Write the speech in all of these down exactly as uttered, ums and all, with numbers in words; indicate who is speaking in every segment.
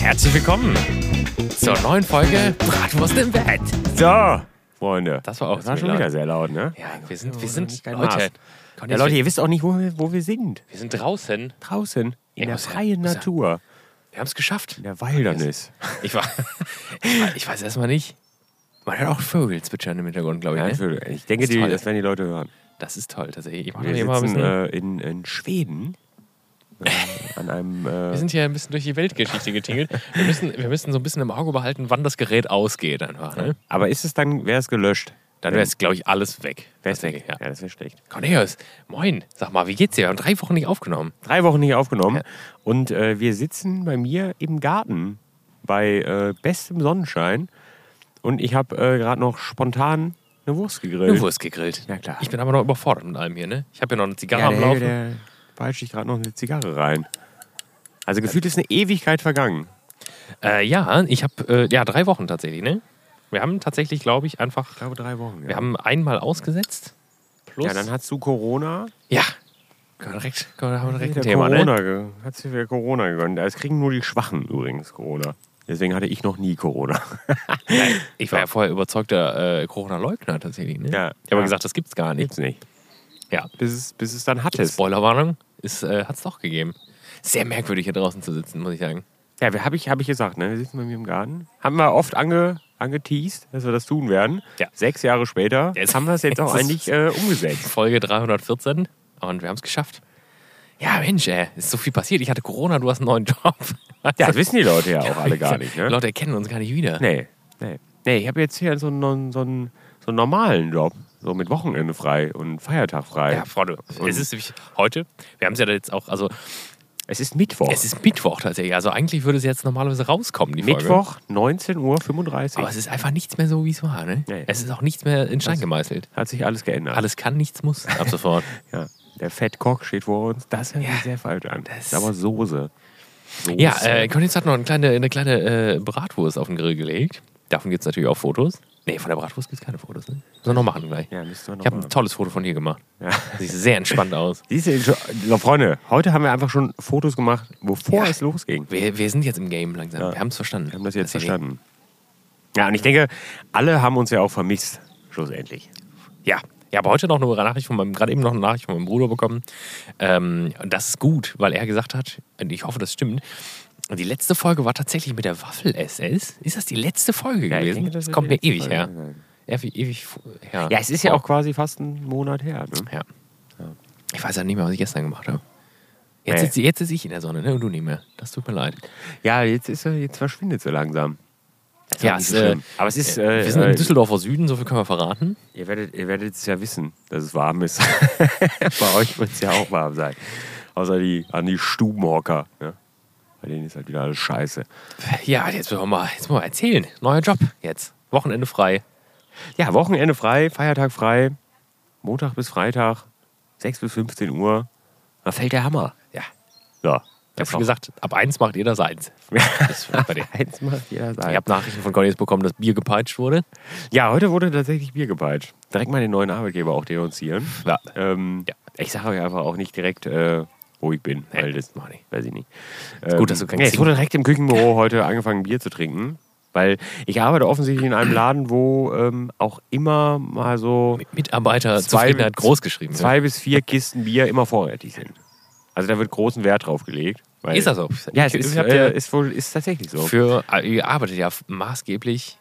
Speaker 1: Herzlich willkommen zur neuen Folge Bratwurst im Bett.
Speaker 2: So, Freunde.
Speaker 1: Das war auch
Speaker 2: das war schon
Speaker 1: laut.
Speaker 2: wieder sehr laut, ne?
Speaker 1: Ja, wir sind, wir sind
Speaker 2: kein
Speaker 1: Leute.
Speaker 2: Maß.
Speaker 1: Komm,
Speaker 2: Ja,
Speaker 1: jetzt-
Speaker 2: Leute, ihr wisst auch nicht, wo wir, wo wir sind.
Speaker 1: wir sind draußen.
Speaker 2: Draußen, in
Speaker 1: Ja,
Speaker 2: der
Speaker 1: muss ja-
Speaker 2: freien
Speaker 1: muss ja-
Speaker 2: Natur,
Speaker 1: Wir haben es geschafft.
Speaker 2: in der Wildnis.
Speaker 1: Ich, war, ich, war, ich weiß erstmal nicht. Man hört auch Vögel zwitschern im Hintergrund, glaube ich.
Speaker 2: Ja,
Speaker 1: Ne?
Speaker 2: ich, würde, ich denke,
Speaker 1: Das ist
Speaker 2: die,
Speaker 1: toll.
Speaker 2: das werden die Leute hören.
Speaker 1: Das ist toll, tatsächlich. Ich mache
Speaker 2: Wir
Speaker 1: hier mal ein
Speaker 2: sitzen
Speaker 1: bisschen.
Speaker 2: äh, in, in Schweden äh, an einem... Äh,
Speaker 1: Wir sind hier ein bisschen durch die Weltgeschichte getingelt. Wir müssen, wir müssen so ein bisschen im Auge behalten, wann das Gerät ausgeht einfach. Ne?
Speaker 2: aber ist es dann, wäre es gelöscht?
Speaker 1: Dann wäre es, glaube ich, alles weg.
Speaker 2: Wäre es weg?
Speaker 1: Tatsächlich, Ja.
Speaker 2: Ja, das wäre schlecht.
Speaker 1: Cornelius, moin. Sag mal, wie geht's dir? Wir haben drei Wochen nicht aufgenommen.
Speaker 2: Drei Wochen nicht aufgenommen
Speaker 1: Ja.
Speaker 2: und äh, wir sitzen bei mir im Garten bei äh, bestem Sonnenschein und ich habe äh, gerade noch spontan eine Wurst gegrillt.
Speaker 1: Eine Wurst gegrillt.
Speaker 2: Ja, klar.
Speaker 1: Ich bin aber noch überfordert mit allem hier, ne? Ich habe ja noch eine Zigarre
Speaker 2: Ja,
Speaker 1: am
Speaker 2: der,
Speaker 1: Laufen.
Speaker 2: der peitscht sich gerade noch eine Zigarre rein. Also gefühlt ist eine Ewigkeit vergangen.
Speaker 1: Äh, ja, ich habe äh, ja drei Wochen tatsächlich, ne? Wir haben tatsächlich, glaube ich, einfach.
Speaker 2: Ich glaube drei Wochen. Ja,
Speaker 1: Wir haben einmal ausgesetzt. Plus.
Speaker 2: ja dann hast du Corona.
Speaker 1: Ja. Können wir direkt, können wir, haben wir direkt ein
Speaker 2: Wieder
Speaker 1: Thema,
Speaker 2: Corona
Speaker 1: ne?
Speaker 2: ge- hat sich wieder Corona gegönnt. Es kriegen nur die Schwachen übrigens Corona. Deswegen hatte ich noch nie Corona.
Speaker 1: Nein, ich war ja vorher überzeugter äh, Corona-Leugner tatsächlich, ne?
Speaker 2: Ja.
Speaker 1: Ich habe
Speaker 2: Ja.
Speaker 1: gesagt, das gibt's gar nicht.
Speaker 2: Gibt's nicht.
Speaker 1: Ja.
Speaker 2: Bis es, bis es dann hattest.
Speaker 1: Spoilerwarnung, es äh, hat's doch gegeben. Sehr merkwürdig hier draußen zu sitzen, muss ich sagen.
Speaker 2: Ja, wir- habe ich, hab ich gesagt, ne? Wir sitzen bei mir im Garten. Haben wir oft ange, angeteased, dass wir das tun werden.
Speaker 1: Ja.
Speaker 2: Sechs Jahre später
Speaker 1: Jetzt-
Speaker 2: haben wir es jetzt auch
Speaker 1: jetzt ist-
Speaker 2: eigentlich äh, umgesetzt.
Speaker 1: Folge dreihundertvierzehn und wir haben es geschafft. Ja, Mensch, ey, ist so viel passiert. Ich hatte Corona, du hast einen neuen Job.
Speaker 2: Ja, das wissen die Leute ja auch alle gar nicht, ne?
Speaker 1: Die Leute erkennen uns gar nicht wieder.
Speaker 2: Nee, nee. Nee, ich habe jetzt hier so einen, so, einen, so einen normalen Job. So mit Wochenende frei und Feiertag frei.
Speaker 1: Ja, Freunde, es ist nämlich heute, wir haben es ja jetzt auch, also
Speaker 2: Es ist Mittwoch.
Speaker 1: es ist Mittwoch tatsächlich. Also eigentlich würde es jetzt normalerweise rauskommen, die Folge.
Speaker 2: Mittwoch, neunzehn Uhr fünfunddreißig.
Speaker 1: Aber es ist einfach nichts mehr so, wie es war, ne?
Speaker 2: Nee.
Speaker 1: Es ist auch nichts mehr in Stein
Speaker 2: Das-
Speaker 1: gemeißelt.
Speaker 2: Hat sich alles geändert.
Speaker 1: Alles kann, nichts muss. Ab sofort.
Speaker 2: Ja. Der Fettkoch steht vor uns. Das hört sich
Speaker 1: Ja,
Speaker 2: sehr falsch an. Das
Speaker 1: das-
Speaker 2: ist aber Soße. Soße.
Speaker 1: Ja, äh, Cornelius hat noch eine kleine, eine kleine äh, Bratwurst auf den Grill gelegt. Davon gibt es natürlich auch Fotos. Nee, von der Bratwurst gibt es keine Fotos, ne? Müssen wir noch machen gleich.
Speaker 2: Ja, müssen wir noch
Speaker 1: Ich habe
Speaker 2: mal.
Speaker 1: ein tolles Foto von hier gemacht.
Speaker 2: Ja.
Speaker 1: Sieht sehr entspannt aus.
Speaker 2: Siehst du, schon- so, Freunde, heute haben wir einfach schon Fotos gemacht, bevor
Speaker 1: Ja.
Speaker 2: es losging.
Speaker 1: Wir, wir sind jetzt im Game langsam.
Speaker 2: Ja.
Speaker 1: Wir haben es verstanden.
Speaker 2: Wir haben das jetzt
Speaker 1: Dass ihr-
Speaker 2: verstanden. Ja, und ich denke, alle haben uns ja auch vermisst, schlussendlich.
Speaker 1: Ja. Ich habe heute noch eine Nachricht von meinem, gerade eben noch eine Nachricht von meinem Bruder bekommen. Ähm, und das ist gut, weil er gesagt hat, und ich hoffe, das stimmt, die letzte Folge war tatsächlich mit der Waffel-S S. Ist das die letzte Folge
Speaker 2: Ja, ich
Speaker 1: gewesen?
Speaker 2: denke,
Speaker 1: das
Speaker 2: wird
Speaker 1: kommt
Speaker 2: die
Speaker 1: mir ewig
Speaker 2: letzte
Speaker 1: her.
Speaker 2: Folge sein.
Speaker 1: Ewig, ewig her.
Speaker 2: Ja, es ist ja auch quasi fast ein Monat her. Ne?
Speaker 1: Ja. Ich weiß ja nicht mehr, was ich gestern gemacht habe. Jetzt,
Speaker 2: Nee.
Speaker 1: sitze, jetzt sitze ich in der Sonne, ne? Und du nicht mehr. Das tut mir leid.
Speaker 2: Ja, jetzt, ist er, jetzt verschwindet so langsam. Das ist
Speaker 1: Ja,
Speaker 2: auch nicht
Speaker 1: es,
Speaker 2: so schlimm.
Speaker 1: äh,
Speaker 2: Aber es ist.
Speaker 1: wir
Speaker 2: Äh,
Speaker 1: sind
Speaker 2: äh,
Speaker 1: im Düsseldorfer Süden, so viel können wir verraten.
Speaker 2: ihr, werdet, ihr werdet es ja wissen, dass es warm ist. Bei euch wird es ja auch warm sein. Außer die, an die Stubenhocker. Ne? Bei denen ist halt wieder alles scheiße.
Speaker 1: Ja, jetzt müssen wir mal, jetzt müssen wir mal erzählen. Neuer Job jetzt. Wochenende frei.
Speaker 2: Ja, Wochenende frei, Feiertag frei, Montag bis Freitag, sechs bis fünfzehn Uhr. Da fällt der Hammer.
Speaker 1: Ja.
Speaker 2: So.
Speaker 1: Ich habe schon gesagt, ab eins macht ihr das eins. Das wird bei dir.
Speaker 2: Eins macht jeder sein.
Speaker 1: Ich habe Nachrichten von Cornelius bekommen, dass Bier gepeitscht wurde.
Speaker 2: Ja, heute wurde tatsächlich Bier gepeitscht. Direkt mal den neuen Arbeitgeber auch denunzieren.
Speaker 1: Ja.
Speaker 2: Ähm,
Speaker 1: Ja.
Speaker 2: Ich sage euch einfach auch nicht direkt, äh, wo ich bin.
Speaker 1: Nee,
Speaker 2: weil das
Speaker 1: mach nicht.
Speaker 2: weiß ich nicht.
Speaker 1: Ist gut, dass du kein
Speaker 2: ja, Ich
Speaker 1: Xing-
Speaker 2: wurde direkt im Küchenbüro heute angefangen, Bier zu trinken. Weil ich arbeite offensichtlich in einem Laden, wo ähm, auch immer mal so
Speaker 1: Mitarbeiterzufriedenheit groß geschrieben.
Speaker 2: zwei bis vier Kisten Bier immer vorrätig sind. Also da wird großen Wert drauf gelegt. Weil,
Speaker 1: Ist das so?
Speaker 2: Ja, es
Speaker 1: Ich-
Speaker 2: ist,
Speaker 1: ich hab
Speaker 2: äh,
Speaker 1: ja-
Speaker 2: ist, wohl, ist tatsächlich so.
Speaker 1: Für, ihr arbeitet ja maßgeblich,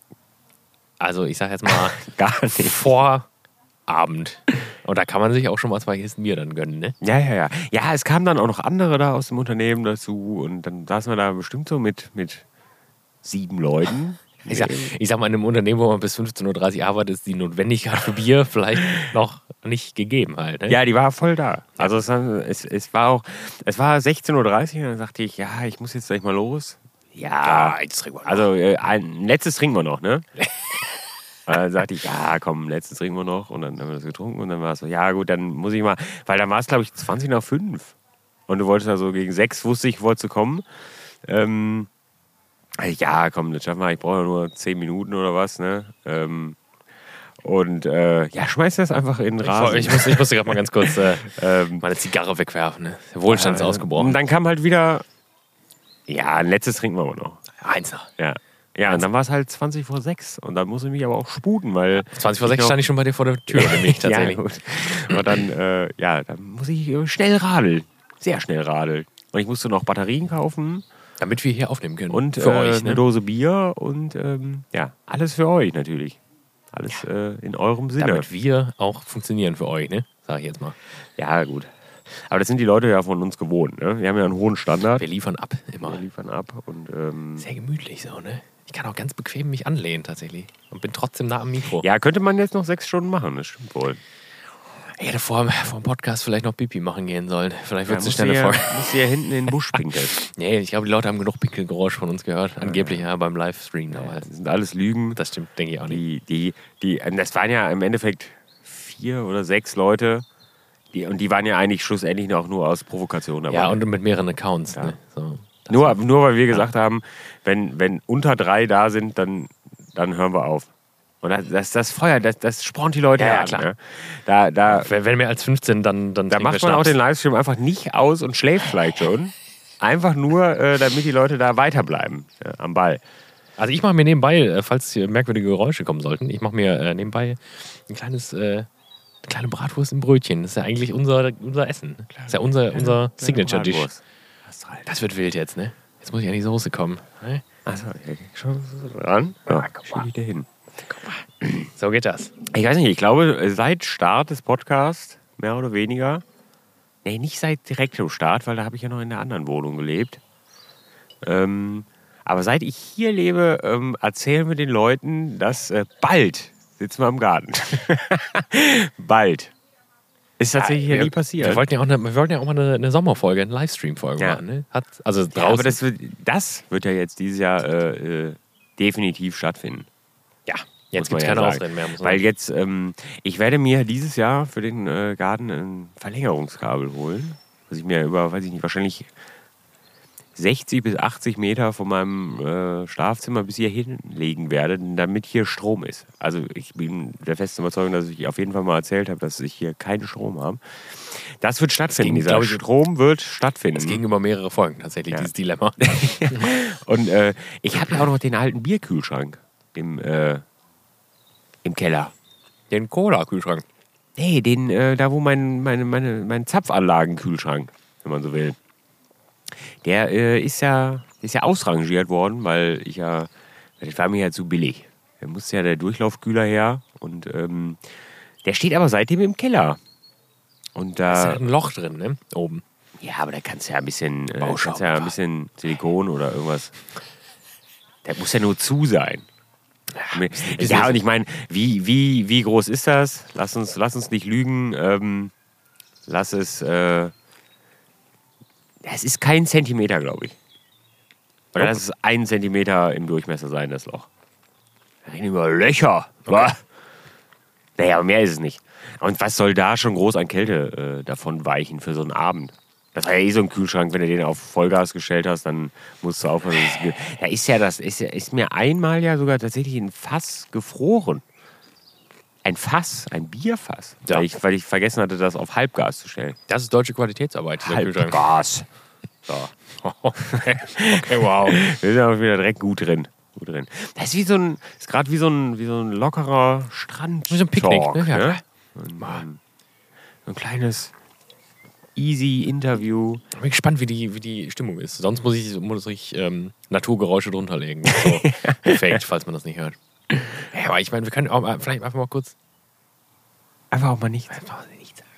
Speaker 1: also ich sag jetzt mal,
Speaker 2: Gar nicht.
Speaker 1: vor Abend. Und da kann man sich auch schon mal zwei Kisten Bier dann gönnen, ne?
Speaker 2: Ja, ja, ja. Ja, es kamen dann auch noch andere da aus dem Unternehmen dazu und dann saßen wir da bestimmt so mit, mit sieben Leuten.
Speaker 1: Ich sag, ich sag mal, in einem Unternehmen, wo man bis fünfzehn Uhr dreißig arbeitet, ist die Notwendigkeit für Bier vielleicht noch nicht gegeben halt. Ne?
Speaker 2: Ja, die war voll da. Also es, es, es war auch, es war sechzehn Uhr dreißig und dann sagte ich, ja, ich muss jetzt gleich mal los. Ja,
Speaker 1: jetzt trinken wir noch.
Speaker 2: also äh, ein letztes trinken wir noch, ne? Und dann sagte ich, ja, komm, letztes trinken wir noch. Und dann haben wir das getrunken und dann war es so, ja gut, dann muss ich mal, weil dann war es, glaube ich, zwanzig nach fünf. Und du wolltest also gegen sechs, wusste ich, wolltest du kommen. Ähm, ja, komm, das schaffen wir, ich brauche nur zehn Minuten oder was, ne? Ähm, und äh, ja, schmeiß das einfach in den Rasen.
Speaker 1: Ich, muss, ich musste gerade mal ganz kurz äh,
Speaker 2: ähm,
Speaker 1: meine Zigarre wegwerfen. Ne? Der Wohlstand ist
Speaker 2: äh,
Speaker 1: ausgebrochen.
Speaker 2: Und dann kam halt wieder Ja, ein letztes trinken wir aber noch.
Speaker 1: Eins noch.
Speaker 2: Ja. Ja, und dann war es halt zwanzig vor sechs und dann muss ich mich aber auch sputen, weil...
Speaker 1: zwanzig vor sechs stand ich schon bei dir vor der Tür, nämlich tatsächlich.
Speaker 2: Ja, gut. Und dann, äh, ja, dann muss ich äh, schnell radeln. Sehr schnell radeln. Und ich musste noch Batterien kaufen.
Speaker 1: Damit wir hier aufnehmen können.
Speaker 2: Und
Speaker 1: für
Speaker 2: äh,
Speaker 1: euch, ne?
Speaker 2: eine Dose Bier und ähm, ja, alles für euch natürlich. Alles ja. äh, in eurem Sinne.
Speaker 1: Damit wir auch funktionieren für euch, ne? Sag ich jetzt mal.
Speaker 2: Ja, gut. Aber das sind die Leute ja von uns gewohnt, ne? Wir haben ja einen hohen Standard.
Speaker 1: Wir liefern ab, immer.
Speaker 2: Wir liefern ab und... Ähm,
Speaker 1: sehr gemütlich so, ne? Ich kann auch ganz bequem mich anlehnen tatsächlich. Und bin trotzdem nah am Mikro.
Speaker 2: Ja, könnte man jetzt noch sechs Stunden machen, das stimmt wohl.
Speaker 1: Ich hätte vor, vor dem Podcast vielleicht noch Pipi machen gehen sollen. Vielleicht wird es
Speaker 2: ja,
Speaker 1: eine schnelle
Speaker 2: ja,
Speaker 1: Folge.
Speaker 2: Musst du ja hinten in den Busch pinkeln.
Speaker 1: Nee, ich glaube, die Leute haben genug Pinkelgeräusch von uns gehört. Angeblich ja, beim Livestream damals.
Speaker 2: Das sind alles Lügen.
Speaker 1: Das stimmt, denke ich auch nicht.
Speaker 2: Die, die, die, das waren ja im Endeffekt vier oder sechs Leute. Die, und die waren ja eigentlich schlussendlich auch nur aus Provokation dabei.
Speaker 1: Ja, und mit mehreren Accounts.
Speaker 2: Ja.
Speaker 1: Ne? So,
Speaker 2: nur, nur weil wir gesagt haben, wenn, wenn unter drei da sind, dann, dann hören wir auf. Und das, das, das Feuer, das, das spornt die Leute
Speaker 1: ja,
Speaker 2: ja,
Speaker 1: ja
Speaker 2: an.
Speaker 1: klar.
Speaker 2: Ne? Da, da,
Speaker 1: wenn, wenn mehr als fünfzehn, dann dann
Speaker 2: da macht man auch den Livestream einfach nicht aus und schläft vielleicht schon. Einfach nur, äh, damit die Leute da weiterbleiben ja, am Ball.
Speaker 1: Also ich mache mir nebenbei, äh, falls hier merkwürdige Geräusche kommen sollten, ich mache mir äh, nebenbei ein kleines, äh, eine kleine Bratwurst im Brötchen. Das ist ja eigentlich unser, unser Essen. Das ist ja unser, unser Signature-Dish. Das wird wild jetzt, ne? Jetzt muss ich an die Soße kommen. Ne?
Speaker 2: Achso, ich schon dran. Ja, ja, schieb ich dir hin.
Speaker 1: So geht das.
Speaker 2: Ich weiß nicht, ich glaube, seit Start des Podcasts, mehr oder weniger, nee, nicht seit direktem Start, weil da habe ich ja noch in der anderen Wohnung gelebt. Ähm, aber seit ich hier lebe, ähm, erzählen wir den Leuten, dass äh, bald sitzen wir im Garten. Bald. Ist tatsächlich ja,
Speaker 1: wir,
Speaker 2: nie passiert.
Speaker 1: Wir wollten ja auch, eine, wir wollten ja auch mal eine, eine Sommerfolge, eine Livestream-Folge
Speaker 2: ja.
Speaker 1: machen. Ne? Hat, also draußen.
Speaker 2: Ja, aber das wird, das wird ja jetzt dieses Jahr äh, äh, definitiv stattfinden.
Speaker 1: Ja, jetzt gibt es
Speaker 2: ja
Speaker 1: keine
Speaker 2: sagen.
Speaker 1: Ausreden mehr. Muss man
Speaker 2: Weil
Speaker 1: sagen.
Speaker 2: jetzt, ähm, ich werde mir dieses Jahr für den äh, Garten ein Verlängerungskabel holen. Was ich mir über, weiß ich nicht, wahrscheinlich sechzig bis achtzig Meter von meinem äh, Schlafzimmer bis hier hinlegen werde, damit hier Strom ist. Also ich bin der festen Überzeugung, dass ich auf jeden Fall mal erzählt habe, dass ich hier keinen Strom habe. Das wird stattfinden.
Speaker 1: ging,
Speaker 2: Dieser
Speaker 1: ich,
Speaker 2: Strom wird stattfinden.
Speaker 1: Es ging über mehrere Folgen tatsächlich,
Speaker 2: ja.
Speaker 1: dieses Dilemma.
Speaker 2: Und äh, ich habe ja auch noch den alten Bierkühlschrank im, äh, im Keller.
Speaker 1: Den Cola-Kühlschrank.
Speaker 2: Nee, den, äh, da wo mein, meine, meine, mein Zapfanlagenkühlschrank, wenn man so will. Der äh, ist, ja, ist ja ausrangiert worden, weil ich ja, das war mir ja zu billig. Da musste ja der Durchlaufkühler her und ähm, der steht aber seitdem im Keller. Und da
Speaker 1: Da ist ja ein Loch drin, ne? Oben.
Speaker 2: ja, aber da kannst du ja ein bisschen, äh,
Speaker 1: Bauschaum
Speaker 2: kannst ja ein bisschen Silikon oder irgendwas. Der muss ja nur zu sein. Ja, ja und ich meine, wie, wie, wie groß ist das? Lass uns, lass uns nicht lügen. Ähm, lass es. Äh, es ist kein Zentimeter, glaube ich. Oder lass es ein Zentimeter im Durchmesser sein, das Loch. Wir reden über Löcher. Okay. Naja, aber mehr ist es nicht. Und was soll da schon groß an Kälte äh, davon weichen für so einen Abend? Das war ja eh so ein Kühlschrank, wenn du den auf Vollgas gestellt hast, dann musst du aufpassen. Da ist ja das, ist, ja, ist mir einmal ja sogar tatsächlich ein Fass gefroren. Ein Fass, ein Bierfass.
Speaker 1: Ja.
Speaker 2: Weil, ich, weil ich vergessen hatte, das auf Halbgas zu stellen.
Speaker 1: Das ist deutsche Qualitätsarbeit, dieser Kühlschrank.
Speaker 2: Halbgas. So.
Speaker 1: Okay, okay, wow.
Speaker 2: Wir sind aber wieder direkt gut drin. Gut drin. Das ist wie so ein, ist gerade wie so ein, wie so ein lockerer Strand.
Speaker 1: Wie so ein Picknick, ne? Ja,
Speaker 2: ne? Und, ähm, so ein kleines easy Interview.
Speaker 1: Ich bin gespannt, wie die, wie die Stimmung ist. Sonst muss ich, muss ich ähm, Naturgeräusche drunter legen. So Effekt, falls man das nicht hört. Ja, aber ich meine, wir können auch mal, vielleicht einfach mal kurz.
Speaker 2: Einfach auch mal nichts.
Speaker 1: Einfach mal nichts sagen.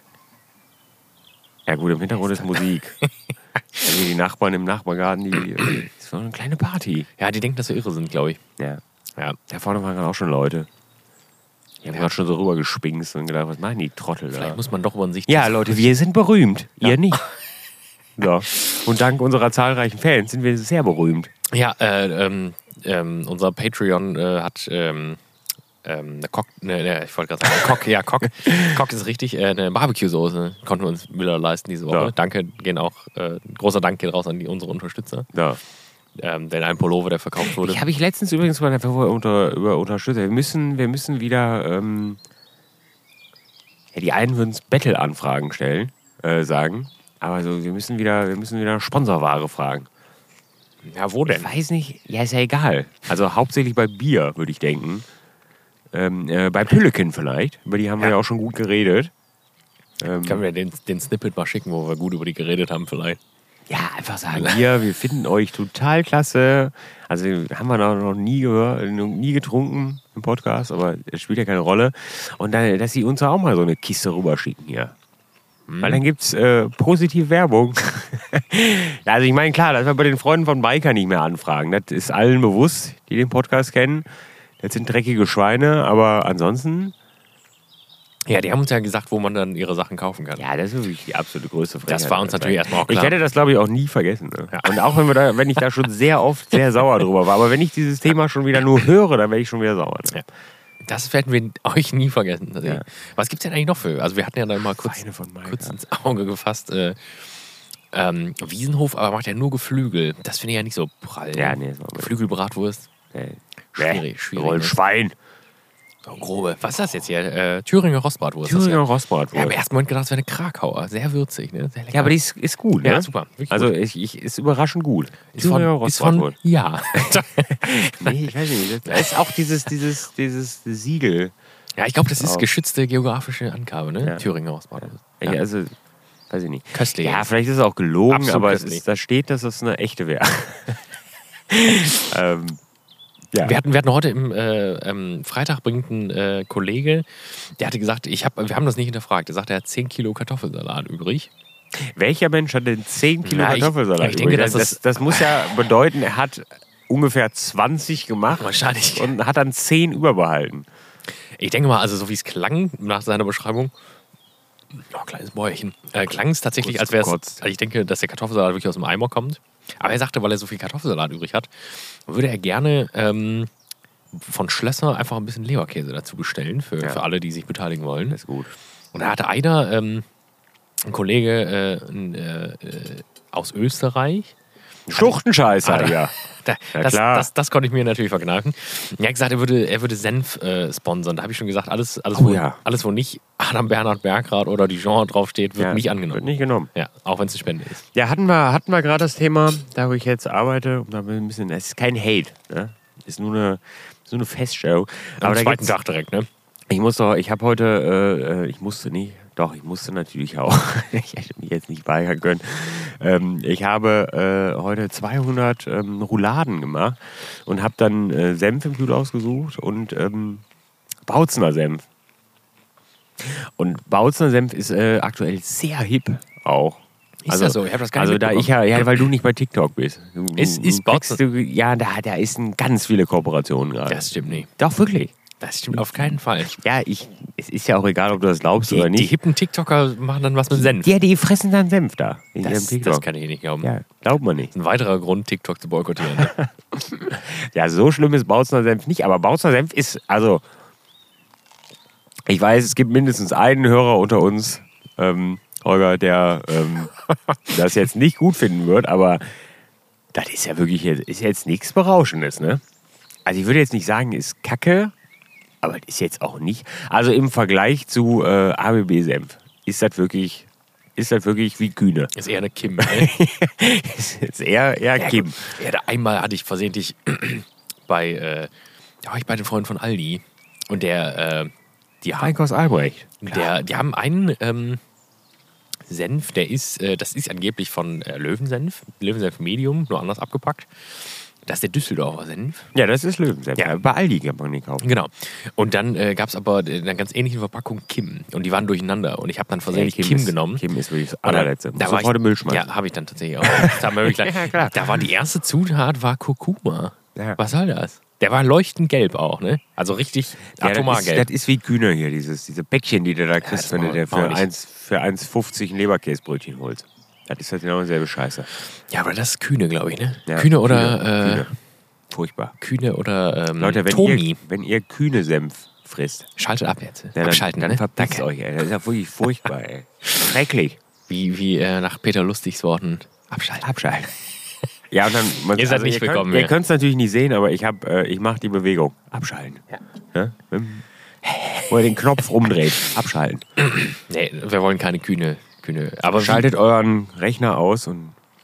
Speaker 2: Ja gut, im Hintergrund ist Musik. Also die Nachbarn im Nachbargarten, die äh, ist so eine kleine Party.
Speaker 1: Ja, die denken, dass wir irre sind, glaube ich.
Speaker 2: Ja.
Speaker 1: Ja.
Speaker 2: Da vorne waren gerade auch schon Leute. Die haben
Speaker 1: Ja.
Speaker 2: gerade schon so rüber gespingst und gedacht, was machen die Trottel
Speaker 1: Vielleicht
Speaker 2: da?
Speaker 1: muss man doch über den Sicht.
Speaker 2: Ja, Leute, wir sind berühmt. Ihr nicht. So. Und dank unserer zahlreichen Fans sind wir sehr berühmt.
Speaker 1: Ja, äh, ähm, ähm, unser Patreon äh, hat ähm, ähm, eine Cock, ne, ne, ich wollte gerade sagen, Cock, ja, Cock. Cock ist richtig, äh, eine Barbecue-Soße konnten wir uns wieder leisten diese Woche.
Speaker 2: Ja.
Speaker 1: Danke, gehen auch, äh, großer Dank geht raus an die, unsere Unterstützer.
Speaker 2: Ja.
Speaker 1: Ähm, denn ein Pullover, der verkauft wurde.
Speaker 2: Ich habe ich letztens übrigens mal einfach unter, über Unterstützer. Wir müssen, wir müssen wieder, ähm, ja, die einen würden es Battle-Anfragen stellen, äh, sagen. Aber so, wir müssen wieder, wir müssen wieder Sponsorware fragen.
Speaker 1: Ja, wo denn?
Speaker 2: Ich weiß nicht, ja, ist ja egal. Also hauptsächlich bei Bier, würde ich denken. Ähm, äh, bei Pülleken vielleicht, über die haben wir
Speaker 1: Ja.
Speaker 2: ja auch schon gut geredet. Ähm,
Speaker 1: Können wir den, den Snippet mal schicken, wo wir gut über die geredet haben vielleicht.
Speaker 2: ja, einfach sagen, hier, wir finden euch total klasse. Also haben wir noch, noch nie gehört, noch nie getrunken im Podcast, aber es spielt ja keine Rolle. Und dann, dass sie uns auch mal so eine Kiste rüberschicken hier. Weil dann gibt es äh, positive Werbung. Also ich meine, klar, dass wir bei den Freunden von Biker nicht mehr anfragen. Das ist allen bewusst, die den Podcast kennen. Das sind dreckige Schweine, aber ansonsten...
Speaker 1: Ja, die haben uns ja gesagt, wo man dann ihre Sachen kaufen kann.
Speaker 2: Ja, das ist wirklich die absolute größte Frechheit.
Speaker 1: Das war uns natürlich erstmal auch
Speaker 2: Ich
Speaker 1: klar.
Speaker 2: hätte das, glaube ich, auch nie vergessen. Ne?
Speaker 1: Ja.
Speaker 2: Und auch wenn, wir da, wenn ich da schon sehr oft sehr sauer drüber war. Aber wenn ich dieses Thema schon wieder nur höre, dann werde ich schon wieder sauer. Ne?
Speaker 1: Ja. Das werden wir euch nie vergessen. Also,
Speaker 2: Ja.
Speaker 1: Was gibt es denn eigentlich noch für? Also wir hatten ja da mal kurz,
Speaker 2: Weine von Maika.
Speaker 1: kurz ins Auge gefasst. Äh, ähm, Wiesenhof, aber macht ja nur Geflügel. Das finde ich ja nicht so prall.
Speaker 2: Ja, nee, das war mal-
Speaker 1: Geflügelbratwurst.
Speaker 2: Nee.
Speaker 1: Schwierig, schwierig.
Speaker 2: Roll
Speaker 1: ne?
Speaker 2: Schwein.
Speaker 1: So grobe. Was ist das jetzt hier? Äh, Thüringer Rostbratwurst. Das ist
Speaker 2: Thüringer
Speaker 1: ja,
Speaker 2: Rostbratwurst.
Speaker 1: ja, im ersten Moment gedacht, das wäre eine Krakauer. Sehr würzig, ne? Sehr lecker.
Speaker 2: Ja, aber die ist, ist gut, ne?
Speaker 1: Ja, super. Wirklich
Speaker 2: Also
Speaker 1: gut.
Speaker 2: ich, ich, ist überraschend gut.
Speaker 1: ist von, ist von ja.
Speaker 2: Nee, ich weiß nicht. Da ist auch dieses, dieses, dieses Siegel.
Speaker 1: Ja, ich glaube, das ist
Speaker 2: Auch.
Speaker 1: geschützte geografische Angabe, ne?
Speaker 2: Ja.
Speaker 1: Thüringer Rostbratwurst.
Speaker 2: Ja. Also, weiß ich nicht.
Speaker 1: Köstlich.
Speaker 2: Ja, vielleicht ist es auch gelogen,
Speaker 1: Absolut
Speaker 2: aber es
Speaker 1: köstlich.
Speaker 2: ist, da steht, dass es eine echte wäre. ähm, ja.
Speaker 1: Wir hatten, wir hatten heute im äh, ähm, Freitag bringt ein äh, Kollege, der hatte gesagt, ich hab, wir haben das nicht hinterfragt. Er sagte, er hat zehn Kilo Kartoffelsalat übrig.
Speaker 2: Welcher Mensch hat denn zehn Kilo
Speaker 1: Na, ich-
Speaker 2: Kartoffelsalat?
Speaker 1: ich denke,
Speaker 2: übrig?
Speaker 1: dass
Speaker 2: das,
Speaker 1: das-
Speaker 2: das muss ja bedeuten, er hat ungefähr zwanzig gemacht
Speaker 1: Wahrscheinlich.
Speaker 2: und hat dann zehn überbehalten.
Speaker 1: Ich denke mal, also so wie es klang nach seiner Beschreibung, oh, kleines Bäuerchen, äh, klang es tatsächlich,
Speaker 2: Kurz
Speaker 1: als wäre es,
Speaker 2: gekotzt.
Speaker 1: also ich denke, dass der Kartoffelsalat wirklich aus dem Eimer kommt. Aber er sagte, weil er so viel Kartoffelsalat übrig hat, würde er gerne ähm, von Schlösser einfach ein bisschen Leberkäse dazu bestellen, für,
Speaker 2: Ja.
Speaker 1: für alle, die sich beteiligen wollen.
Speaker 2: Das ist gut.
Speaker 1: Und da hatte einer, ähm, ein Kollege äh, ein, äh, äh, aus Österreich,
Speaker 2: Schluchtenscheißer,
Speaker 1: Ah, da-
Speaker 2: ja.
Speaker 1: Da,
Speaker 2: Ja,
Speaker 1: das,
Speaker 2: klar.
Speaker 1: das, das konnte ich mir natürlich verkneifen. Er hat gesagt, er würde, er würde Senf äh, sponsern. Da habe ich schon gesagt, alles, alles,
Speaker 2: Oh
Speaker 1: wo,
Speaker 2: ja.
Speaker 1: alles wo nicht Adam Bernhard Bergrad oder Dijon draufsteht, wird
Speaker 2: Ja,
Speaker 1: nicht angenommen.
Speaker 2: Wird nicht genommen.
Speaker 1: Ja, auch wenn es eine Spende ist.
Speaker 2: Ja, hatten wir, hatten wir gerade das Thema, da wo ich jetzt arbeite, um da ein bisschen, es ist kein Hate, ne? Ist nur eine, so eine Feststellung.
Speaker 1: Am
Speaker 2: da
Speaker 1: zweiten
Speaker 2: gibt's-
Speaker 1: Tag direkt, ne?
Speaker 2: Ich muss doch, ich habe heute, äh, äh, ich musste nicht, doch, ich musste natürlich auch. Ich hätte mich jetzt nicht weigern können. Ähm, ich habe äh, heute zweihundert ähm, Rouladen gemacht und habe dann äh, Senf im Kühl ausgesucht und ähm, Bautzener Senf. Und Bautzener Senf ist äh, aktuell sehr hip auch.
Speaker 1: Ist das so? Ich habe das gar nicht
Speaker 2: Also da ich ja, ja, weil du nicht bei TikTok bist. Du,
Speaker 1: Ist-
Speaker 2: du
Speaker 1: ist
Speaker 2: kriegst
Speaker 1: Bautzen-
Speaker 2: du, ja, da, da ist ein ganz viele Kooperationen gerade.
Speaker 1: Das stimmt nicht.
Speaker 2: Doch, wirklich.
Speaker 1: Das stimmt auf keinen Fall.
Speaker 2: Ja, ich, es ist ja auch egal, ob du das glaubst
Speaker 1: Die,
Speaker 2: oder
Speaker 1: die
Speaker 2: nicht.
Speaker 1: hippen TikToker machen dann was mit Senf.
Speaker 2: Ja, die fressen dann Senf da. In ihrem
Speaker 1: das,
Speaker 2: TikTok.
Speaker 1: das kann ich nicht glauben.
Speaker 2: Ja, glaubt man nicht.
Speaker 1: Ein weiterer Grund, TikTok zu boykottieren. Ne?
Speaker 2: Ja, so schlimm ist Bautzner Senf nicht, aber Bautzner Senf ist, also, ich weiß, es gibt mindestens einen Hörer unter uns, ähm, Holger, der ähm, das jetzt nicht gut finden wird, aber das ist ja wirklich jetzt, ist jetzt nichts Berauschendes, ne? Also ich würde jetzt nicht sagen, ist Kacke, aber das ist jetzt auch nicht. Also im Vergleich zu äh, A B B-Senf ist das wirklich, ist das wirklich wie Kühne.
Speaker 1: Ist eher eine Kim. Ne?
Speaker 2: ist jetzt eher, eher
Speaker 1: Ja,
Speaker 2: Kim.
Speaker 1: gut. Ja, da einmal hatte ich versehentlich bei, äh, da war ich bei den Freunden von Aldi und der, äh, die haben,
Speaker 2: Feinkos Albrecht.
Speaker 1: der, die haben einen ähm, Senf, der ist, äh, das ist angeblich von äh, Löwensenf, Löwensenf Medium, nur anders abgepackt. Das ist der Düsseldorfer Senf.
Speaker 2: Ja, das ist Löwensenf.
Speaker 1: Ja.
Speaker 2: Ja. Bei Aldi kann man den kaufen.
Speaker 1: Genau. Und dann äh, gab es aber in einer ganz ähnlichen Verpackung Kim. Und die waren durcheinander. Und ich habe dann versehentlich
Speaker 2: Kim
Speaker 1: Kim,
Speaker 2: ist-
Speaker 1: genommen.
Speaker 2: Kim ist wirklich das
Speaker 1: Und dann-
Speaker 2: allerletzte.
Speaker 1: Da
Speaker 2: Muss
Speaker 1: war ich,
Speaker 2: sofort in den Müll schmeißen.
Speaker 1: Ja, habe ich dann tatsächlich auch. Das hat mir wirklich leid.
Speaker 2: Ja, klar.
Speaker 1: Da war die erste Zutat war Kurkuma.
Speaker 2: Ja.
Speaker 1: Was soll das? Der war leuchtend gelb auch, ne? Also richtig
Speaker 2: Ja,
Speaker 1: atomar
Speaker 2: das, ist,
Speaker 1: gelb.
Speaker 2: das ist wie Kühner hier, dieses, diese Päckchen, die du da kriegst,
Speaker 1: das
Speaker 2: wenn du
Speaker 1: machen-
Speaker 2: dir
Speaker 1: machen wir
Speaker 2: für
Speaker 1: nicht.
Speaker 2: eins für eins fünfzig ein Leberkäsebrötchen holst. Das ist halt genau dieselbe Scheiße.
Speaker 1: Ja, aber das ist Kühne, glaube ich, ne?
Speaker 2: Ja,
Speaker 1: Kühne oder
Speaker 2: Kühne,
Speaker 1: Kühne,
Speaker 2: Kühne. Furchtbar.
Speaker 1: äh, Kühne oder ähm,
Speaker 2: Leute, wenn
Speaker 1: Tomi.
Speaker 2: ihr, wenn ihr Kühne-Senf frisst,
Speaker 1: Schaltet ab jetzt.
Speaker 2: ja, dann,
Speaker 1: Abschalten,
Speaker 2: dann
Speaker 1: ne?
Speaker 2: verpisst
Speaker 1: Danke.
Speaker 2: euch, ey. Das ist ja wirklich furchtbar, ey. Schrecklich.
Speaker 1: Wie, wie äh, nach Peter Lustigs Worten. Abschalten.
Speaker 2: Abschalten. Ja, und dann, man,
Speaker 1: Ihr seid nicht
Speaker 2: ihr
Speaker 1: willkommen
Speaker 2: könnt, ihr
Speaker 1: mehr.
Speaker 2: könnt es natürlich nicht sehen, aber ich, hab, äh, ich mache die Bewegung. Abschalten.
Speaker 1: Ja.
Speaker 2: Ja? Mit dem- Wo ihr den Knopf rumdreht. Abschalten.
Speaker 1: Nee, wir wollen keine Kühne. Kühne. Aber
Speaker 2: Schaltet euren Rechner aus und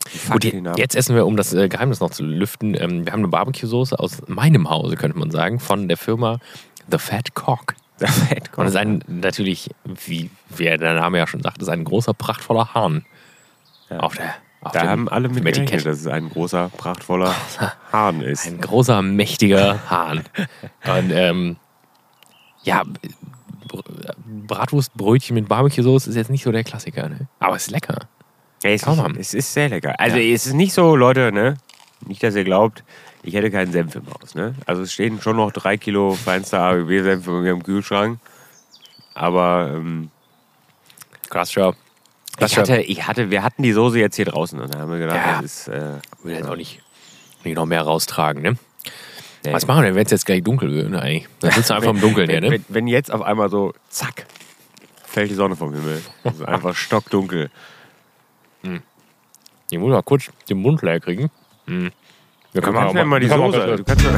Speaker 1: Gut, jetzt essen wir, um das äh, Geheimnis noch zu lüften, ähm, wir haben eine Barbecue-Soße aus meinem Hause, könnte man sagen, von der Firma The Fat Cock.
Speaker 2: The Fat Cock.
Speaker 1: Und das ist ein, natürlich, wie, wie der Name ja schon sagt, ist ein großer, prachtvoller Hahn.
Speaker 2: Ja.
Speaker 1: Auf der, auf
Speaker 2: da
Speaker 1: dem,
Speaker 2: haben alle mit
Speaker 1: Etikett.
Speaker 2: gerechnet, dass es ein großer, prachtvoller Hahn ist.
Speaker 1: Ein großer, mächtiger Hahn. Und ähm, ja, Bratwurstbrötchen mit Barbecue-Soße ist jetzt nicht so der Klassiker, ne? Aber es ist lecker.
Speaker 2: Ja, es,
Speaker 1: Kann
Speaker 2: ist,
Speaker 1: man.
Speaker 2: es ist sehr lecker. Also
Speaker 1: Ja.
Speaker 2: es ist nicht so, Leute, ne? Nicht, dass ihr glaubt, ich hätte keinen Senf im Haus, ne? Also es stehen schon noch drei Kilo feinster A B B-Senf bei mir im Kühlschrank. Aber ähm,
Speaker 1: Krass, ja.
Speaker 2: ich hatte, ich hatte, wir hatten die Soße jetzt hier draußen und da haben wir gedacht,
Speaker 1: Ja.
Speaker 2: das ist... Äh,
Speaker 1: will jetzt auch nicht, nicht noch mehr raustragen, ne?
Speaker 2: nee.
Speaker 1: Was machen wir denn, wenn es jetzt gleich dunkel wird? Ne, eigentlich? Dann sitzen wir einfach im Dunkeln hier,
Speaker 2: wenn,
Speaker 1: ne?
Speaker 2: wenn, wenn jetzt auf einmal so, zack, fällt die Sonne vom Himmel. Es ist einfach stockdunkel.
Speaker 1: Ich muss mal kurz den Mund leer kriegen. Hm. Wir
Speaker 2: Du kannst ja mal die
Speaker 1: wir können
Speaker 2: Soße.
Speaker 1: mal-
Speaker 2: Du kannst